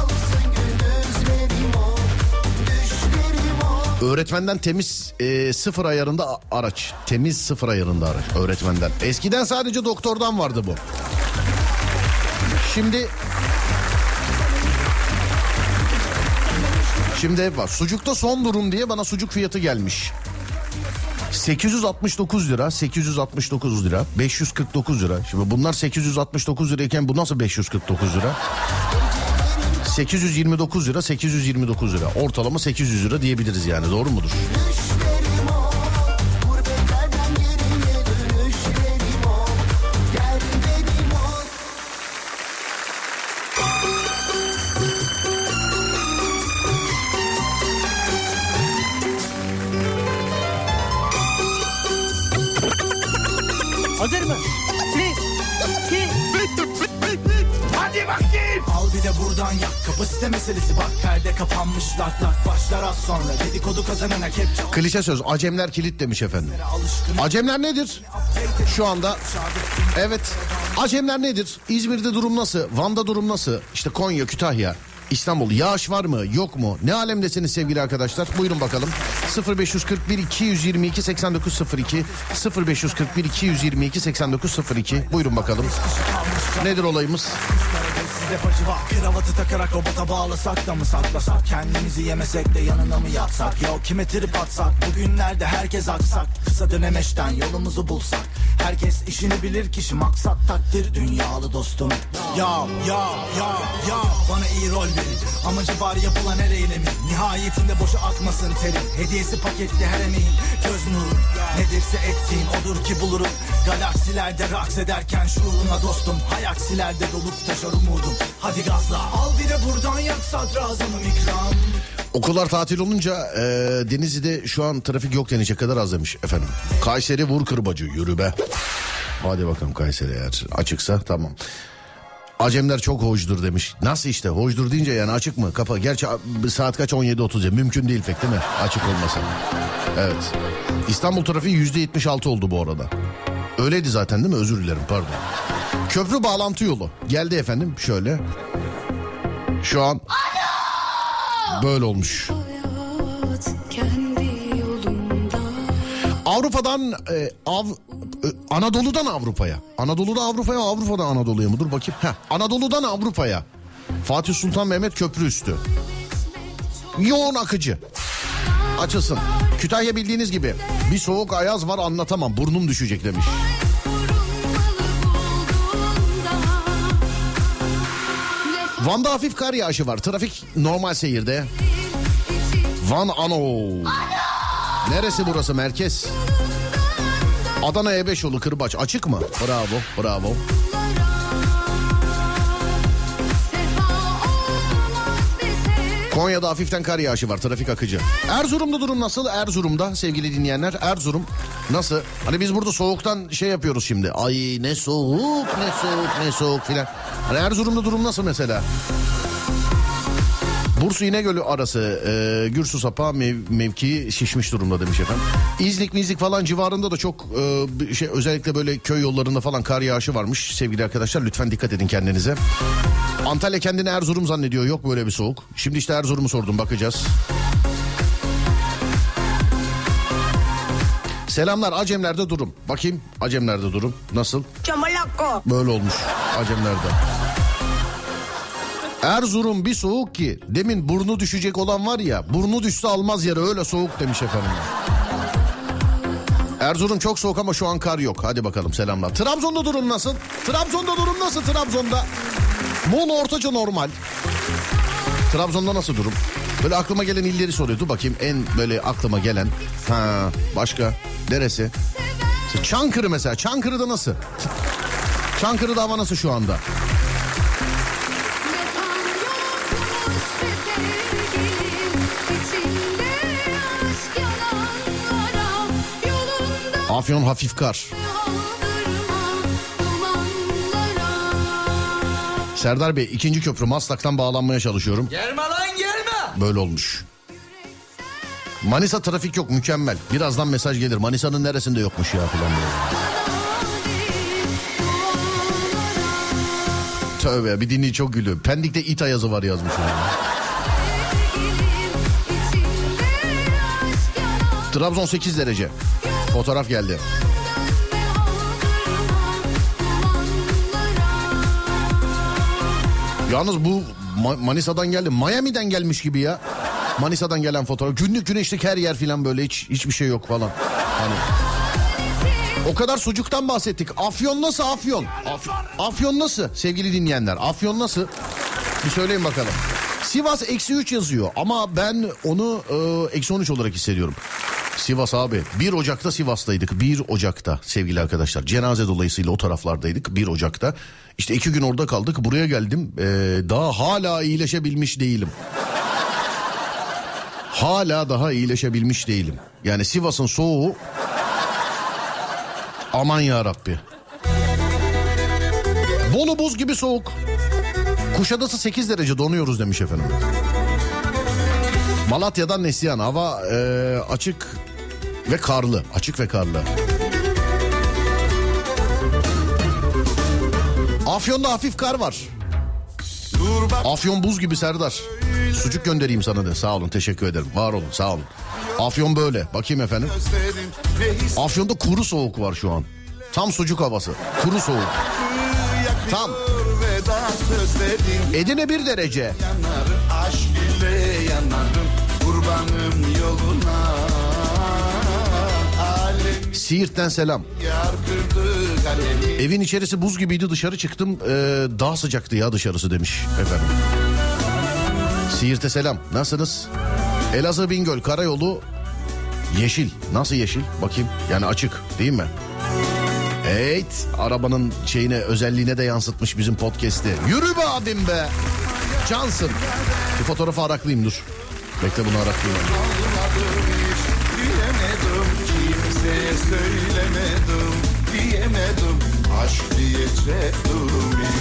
Öğretmenden temiz e, sıfır ayarında araç. Temiz sıfır ayarında araç öğretmenden. Eskiden sadece doktordan vardı bu. Şimdi... Şimdi var. Sucukta son durum diye bana sucuk fiyatı gelmiş. sekiz yüz altmış dokuz lira, sekiz yüz altmış dokuz lira, beş yüz kırk dokuz lira. Şimdi bunlar sekiz yüz altmış dokuz lirayken bu nasıl beş yüz kırk dokuz lira? sekiz yüz yirmi dokuz lira, sekiz yüz yirmi dokuz lira. Ortalama sekiz yüz lira diyebiliriz yani, doğru mudur? Hazır mı? Bir, iki, hadi bakayım. Al bir de buradan yak. Kapasite meselesi bak, perde kapanmış, lak lak başlar az sonra. Dedikodu kazanana kepçe. Klişe söz, Acemler kilit demiş efendim. Acemler nedir? Şu anda evet, Acemler nedir? İzmir'de durum nasıl? Van'da durum nasıl? İşte Konya, Kütahya, İstanbul. Yağış var mı? Yok mu? Ne alemdesiniz sevgili arkadaşlar? Buyurun bakalım. sıfır beş kırk bir iki yüz yirmi iki seksen dokuz sıfır iki sıfır beş kırk bir iki yüz yirmi iki seksen dokuz sıfır iki. Buyurun bakalım. Nedir olayımız? Kravatı takarak robota bağlasak da mı saklasak? Kendimizi yemesek de yanına mı yatsak? Yo, kime trip atsak? Bugünlerde herkes aksak. Kısa dönemeçten yolumuzu bulsak. Herkes işini bilir, kişi maksat takdir dünyalı dostum. Ya ya ya ya bana iyi rol verin. Amacı var yapılan her eylemin. Nihayetinde boşa akmasın terim. Hediyesi paketli her emeğin. Göz nuru nedirse ettiğin odur ki bulurum. Galaksilerde raks ederken şuuruna dostum. Hayaksilerde dolup taşar umudum. Hadi gazla al bir de buradan yak sadrazamım ikram. Okullar tatil olunca e, Denizli'de şu an trafik yok denecek kadar az demiş efendim. Kayseri vur kırbacı yürü be. Hadi bakalım Kayseri eğer açıksa tamam. Acemler çok hoşdur demiş. Nasıl işte hoşdur deyince yani açık mı? Kapa. Gerçi saat kaç? on yedi otuz. Mümkün değil pek değil mi? Açık olmasa. Evet. İstanbul trafiği yüzde yetmiş altı oldu bu arada. Öyleydi zaten değil mi? Özür dilerim pardon. Köprü bağlantı yolu. Geldi efendim şöyle. Şu an böyle olmuş. Avrupa'dan e, Av, e, Anadolu'dan Avrupa'ya. Anadolu'da Avrupa'ya, Avrupa'dan Anadolu'ya mı? Dur bakayım. Heh, Anadolu'dan Avrupa'ya. Fatih Sultan Mehmet Köprü üstü. Yoğun akıcı. Açılsın. Kütahya bildiğiniz gibi bir soğuk ayaz var anlatamam. Burnum düşecek demiş. Van'da hafif kar yağışı var. Trafik normal seyirde. Van Ano. Neresi burası, merkez? Adana E beş yolu Kırbaç açık mı? Bravo, bravo. Konya'da hafiften kar yağışı var, trafik akıcı. Erzurum'da durum nasıl? Erzurum'da sevgili dinleyenler, Erzurum nasıl? Hani biz burada soğuktan şey yapıyoruz şimdi. Ay ne soğuk, ne soğuk, ne soğuk filan. Hani Erzurum'da durum nasıl mesela? Bursa İnegölü arası e, Gürsü Sapa mev, mevkii şişmiş durumda demiş efendim. İznik mizlik falan civarında da çok e, şey, özellikle böyle köy yollarında falan kar yağışı varmış sevgili arkadaşlar. Lütfen dikkat edin kendinize. Antalya kendini Erzurum zannediyor, yok böyle bir soğuk. Şimdi işte Erzurum'u sordum, bakacağız. Selamlar, Acemler'de durum. Bakayım Acemler'de durum nasıl? Çamalakko. Böyle olmuş Acemler'de. Erzurum bir soğuk ki demin burnu düşecek olan var ya, burnu düşse almaz yere, öyle soğuk demiş efendim. Erzurum çok soğuk ama şu an kar yok. Hadi bakalım, selamlar. Trabzon'da durum nasıl? Trabzon'da durum nasıl Trabzon'da? Muğla ortaca normal. Trabzon'da nasıl durum? Böyle aklıma gelen illeri soruyordu. Bakayım en böyle aklıma gelen. Ha, başka neresi? Çankırı mesela. Çankırı'da nasıl? Çankırı'da hava nasıl şu anda? Afyon hafif kar. Serdar Bey, ikinci köprü Maslak'tan bağlanmaya çalışıyorum. Gelme lan gelme. Böyle olmuş. Manisa trafik yok, mükemmel. Birazdan mesaj gelir. Manisa'nın neresinde yokmuş ya falan diye. Tövbe, bir dinleyici çok gülüyor. Pendik'te İTA yazı var yazmış. Trabzon sekiz derece. Fotoğraf geldi. Yalnız bu Manisa'dan geldi. Miami'den gelmiş gibi ya. Manisa'dan gelen fotoğraf. Günlük güneşlik her yer filan böyle, hiç hiçbir şey yok falan. Hani o kadar sucuktan bahsettik. Afyon nasıl Afyon? Af Afyon nasıl sevgili dinleyenler? Afyon nasıl? Bir söyleyin bakalım. Sivas eksi üç yazıyor ama ben onu e, eksi on üç olarak hissediyorum. Sivas abi. bir Ocak'ta Sivas'taydık. bir Ocak'ta sevgili arkadaşlar. Cenaze dolayısıyla o taraflardaydık. bir Ocak'ta. İşte iki gün orada kaldık. Buraya geldim. Ee, daha hala iyileşebilmiş değilim. Hala daha iyileşebilmiş değilim. Yani Sivas'ın soğuğu. Aman yarabbi. Bolu buz gibi soğuk. Kuşadası sekiz derece, donuyoruz demiş efendim. Malatya'dan Neslihan, hava e, açık ve karlı. Açık ve karlı. Afyon'da hafif kar var. Afyon buz gibi Serdar. Sucuk göndereyim sana de. Sağ olun, teşekkür ederim. Var olun, sağ olun. Afyon böyle. Bakayım efendim. Afyon'da kuru soğuk var şu an. Tam sucuk havası. Kuru soğuk. Tam. Edirne bir derece. Yanar, aşk ile yanarım, kurbanım yoluna. Alem Siirt'ten selam. Evin içerisi buz gibiydi, dışarı çıktım ee, daha sıcaktı ya dışarısı demiş efendim. Siirt'e selam, nasılsınız? Elazığ Bingöl karayolu yeşil. Nasıl yeşil? Bakayım, yani açık değil mi? Evet, arabanın şeyine, özelliğine de yansıtmış bizim podcast'i. Yürü be abim be. Cansın. Bir fotoğrafı araklayayım, dur. Bekle, bunu araklayayım. diyemedim, kimseye söylemedim, diyemedim, aşk diyecektim.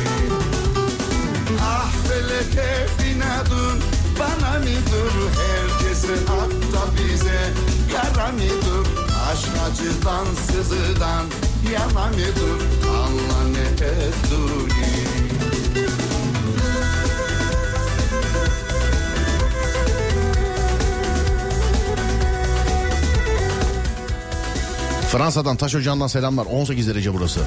Ah feleke binadın, bana mıdır, herkese hatta bize yara mıdır, aşk acıdan sızıdan yana mıdır, Allah ne ettin. Fransa'dan Taş Ocağı'ndan selamlar. on sekiz derece burası.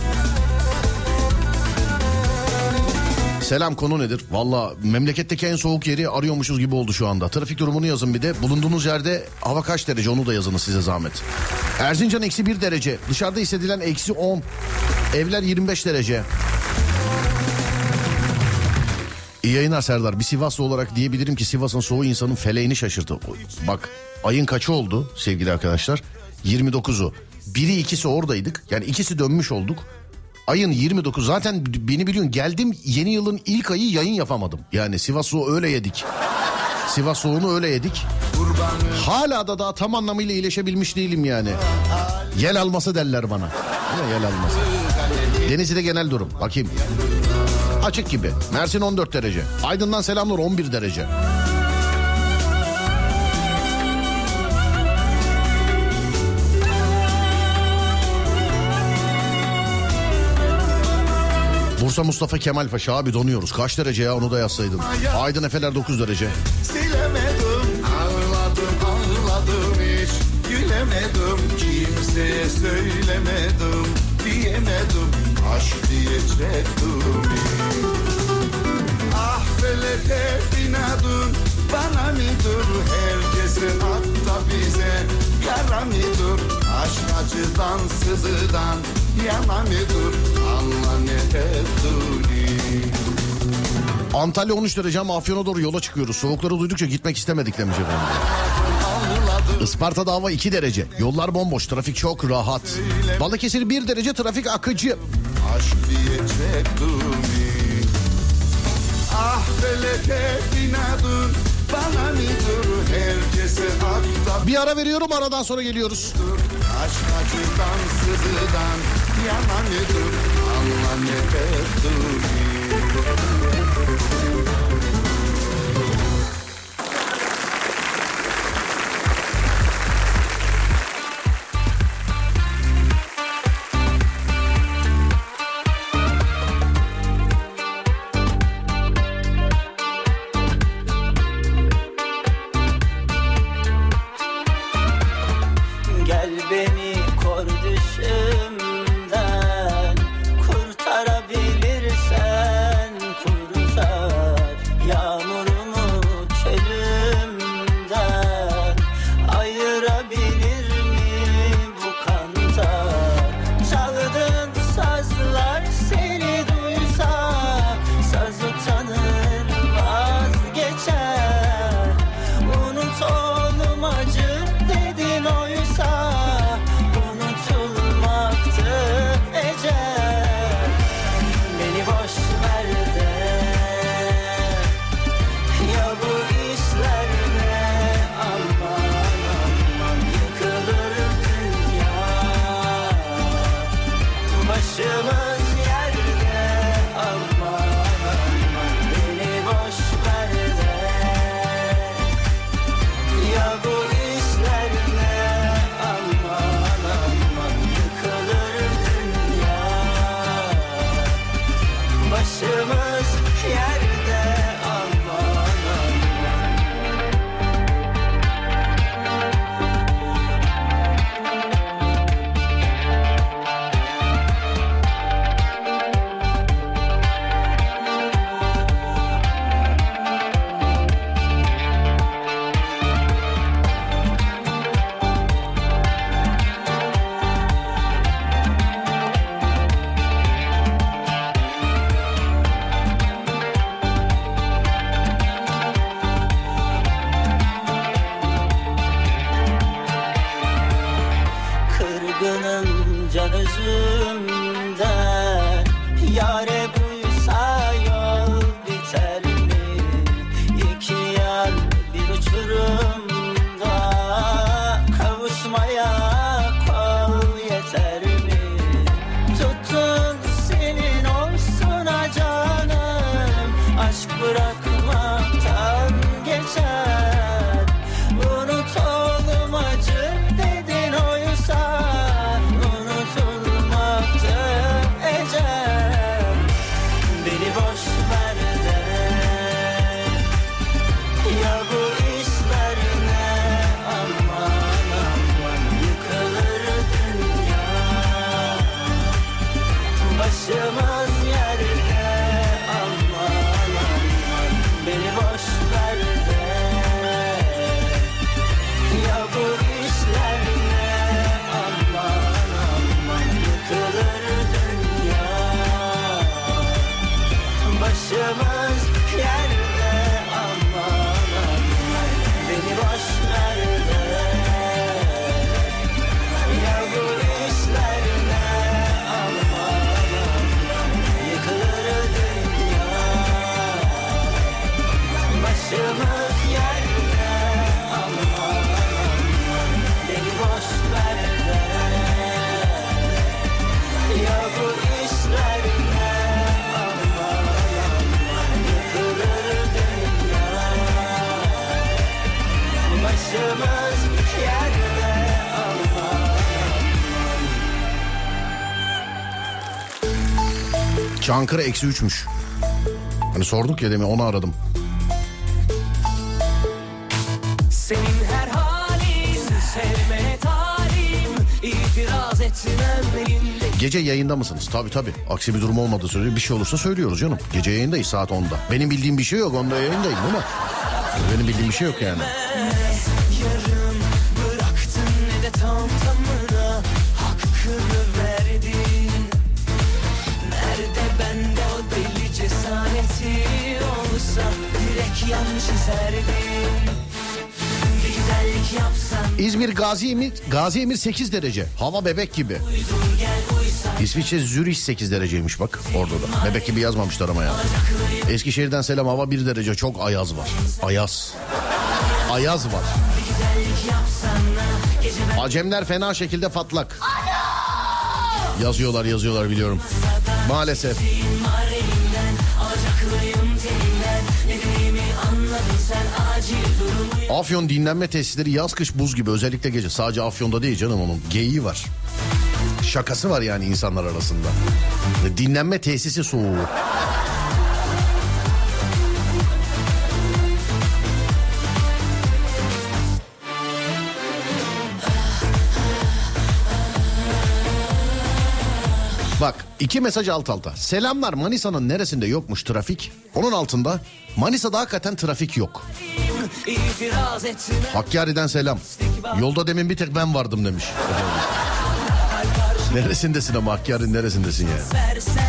Selam, konu nedir? Valla memleketteki en soğuk yeri arıyormuşuz gibi oldu şu anda. Trafik durumunu yazın bir de. Bulunduğunuz yerde hava kaç derece, onu da yazınız size zahmet. Erzincan eksi bir derece. Dışarıda hissedilen eksi on. Evler yirmi beş derece. İyi yayınlar Serdar. Bir Sivaslı olarak diyebilirim ki Sivas'ın soğuğu insanın feleğini şaşırttı. Bak ayın kaçı oldu sevgili arkadaşlar? yirmi dokuzu. Biri ikisi oradaydık. Yani ikisi dönmüş olduk. Ayın yirmi dokuzu. Zaten beni biliyorsun, geldim yeni yılın ilk ayı yayın yapamadım. Yani Sivas soğuğu öyle yedik. Sivas soğuğunu öyle yedik. Hala da daha tam anlamıyla iyileşebilmiş değilim yani. Yel alması derler bana. Yine yel alması. Denizli'de genel durum. Bakayım. Açık gibi. Mersin on dört derece. Aydın'dan selamlar, on bir derece. Bursa Mustafa Kemal Paşa, abi donuyoruz. Kaç derece ya, onu da yazsaydın. Aydın Efeler dokuz derece. Silemedim, ağladım ağladım hiç gülemedim, kimseye söylemedim, diyemedim, aşk diyecektim. Ah feleke inadın bana mıdır, herkesin hatta bize yara mıdır, aşk acıdan sızıdan yana mıdır, anla ne ettiğini. Antalya on üç derece ama Afyon'a doğru yola çıkıyoruz. Soğukları duydukça gitmek istemedik demiş efendim. Isparta'da hava iki derece. Yollar bomboş, trafik çok rahat. Balıkesir bir derece, trafik akıcı. Aşk diyecektim. Ah feleke inadın bana mıdır, herkese hakta. Bir ara veriyorum, aradan sonra geliyoruz. Aşk acıdan sızıdan yana mıdır, anla ne ettiğini. Unutulmakta acımız yerde olmaz. Çankırı eksi üçmüş. Hani sorduk ya demin, onu aradım. Senin her halin sevmeye talim, itiraz etmem elinde. Gece yayında mısınız? Tabii tabii. Aksi bir durum olmadığı sürece bir şey olursa söylüyoruz canım. Gece yayındayız saat onda. Benim bildiğim bir şey yok, onda yayındayım ama benim bildiğim bir şey yok yani. Yarım bıraktın ne de tam tamına hakkını verdin. Nerede bende o deli cesareti olsa direkt yanlış çizerdin. Bir güzellik yapsan. İzmir Gazi Emir, Gazi Emir sekiz derece. Hava bebek gibi. İsviçre Zürih sekiz dereceymiş bak orada da. Bebek gibi yazmamışlar ama ya. Eskişehir'den selam, hava bir derece, çok ayaz var. Ayaz. Ayaz var. Acemler fena şekilde patlak. Yazıyorlar yazıyorlar biliyorum. Maalesef. Afyon dinlenme tesisleri yaz kış buz gibi, özellikle gece. Sadece Afyon'da değil canım, onun geyiği var. Şakası var yani insanlar arasında. Dinlenme tesisi soğuğu. Bak iki mesaj alt alta. Selamlar, Manisa'nın neresinde yokmuş trafik? Onun altında Manisa'da hakikaten trafik yok. Hakkari'den selam. Yolda demin bir tek ben vardım demiş. Neresindesin ama Hakkari'nin neresindesin yani?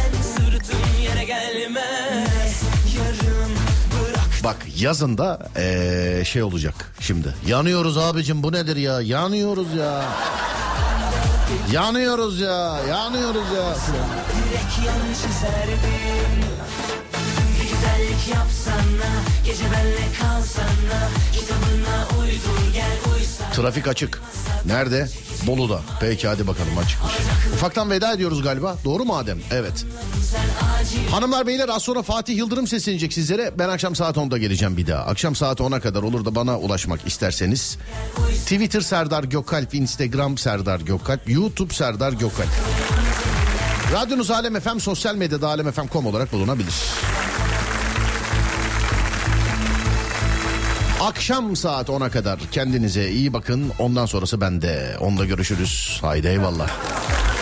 Bak yazında ee, şey olacak şimdi. Yanıyoruz abicim, bu nedir ya? Yanıyoruz ya. Yanıyoruz ya. Yanıyoruz ya. Direkt yanlış çizerdin. Bir güzellik yapsana, gece benle kalsana, kitabına uydur gel uysa. Trafik açık. Nerede? Bolu'da. Peki hadi bakalım, açıkmış. Ufaktan veda ediyoruz galiba. Doğru mu Adem? Evet. Hanımlar beyler, az sonra Fatih Yıldırım seslenecek sizlere. Ben akşam saat onda geleceğim bir daha. Akşam saat ona kadar olur da bana ulaşmak isterseniz Twitter Serdar Gökalp, Instagram Serdar Gökalp, YouTube Serdar Gökalp. Radyonuz Alem F M, sosyal medyada alem f m nokta com olarak bulunabilir. Akşam saat ona kadar kendinize iyi bakın. Ondan sonrası bende. Onda görüşürüz. Haydi eyvallah.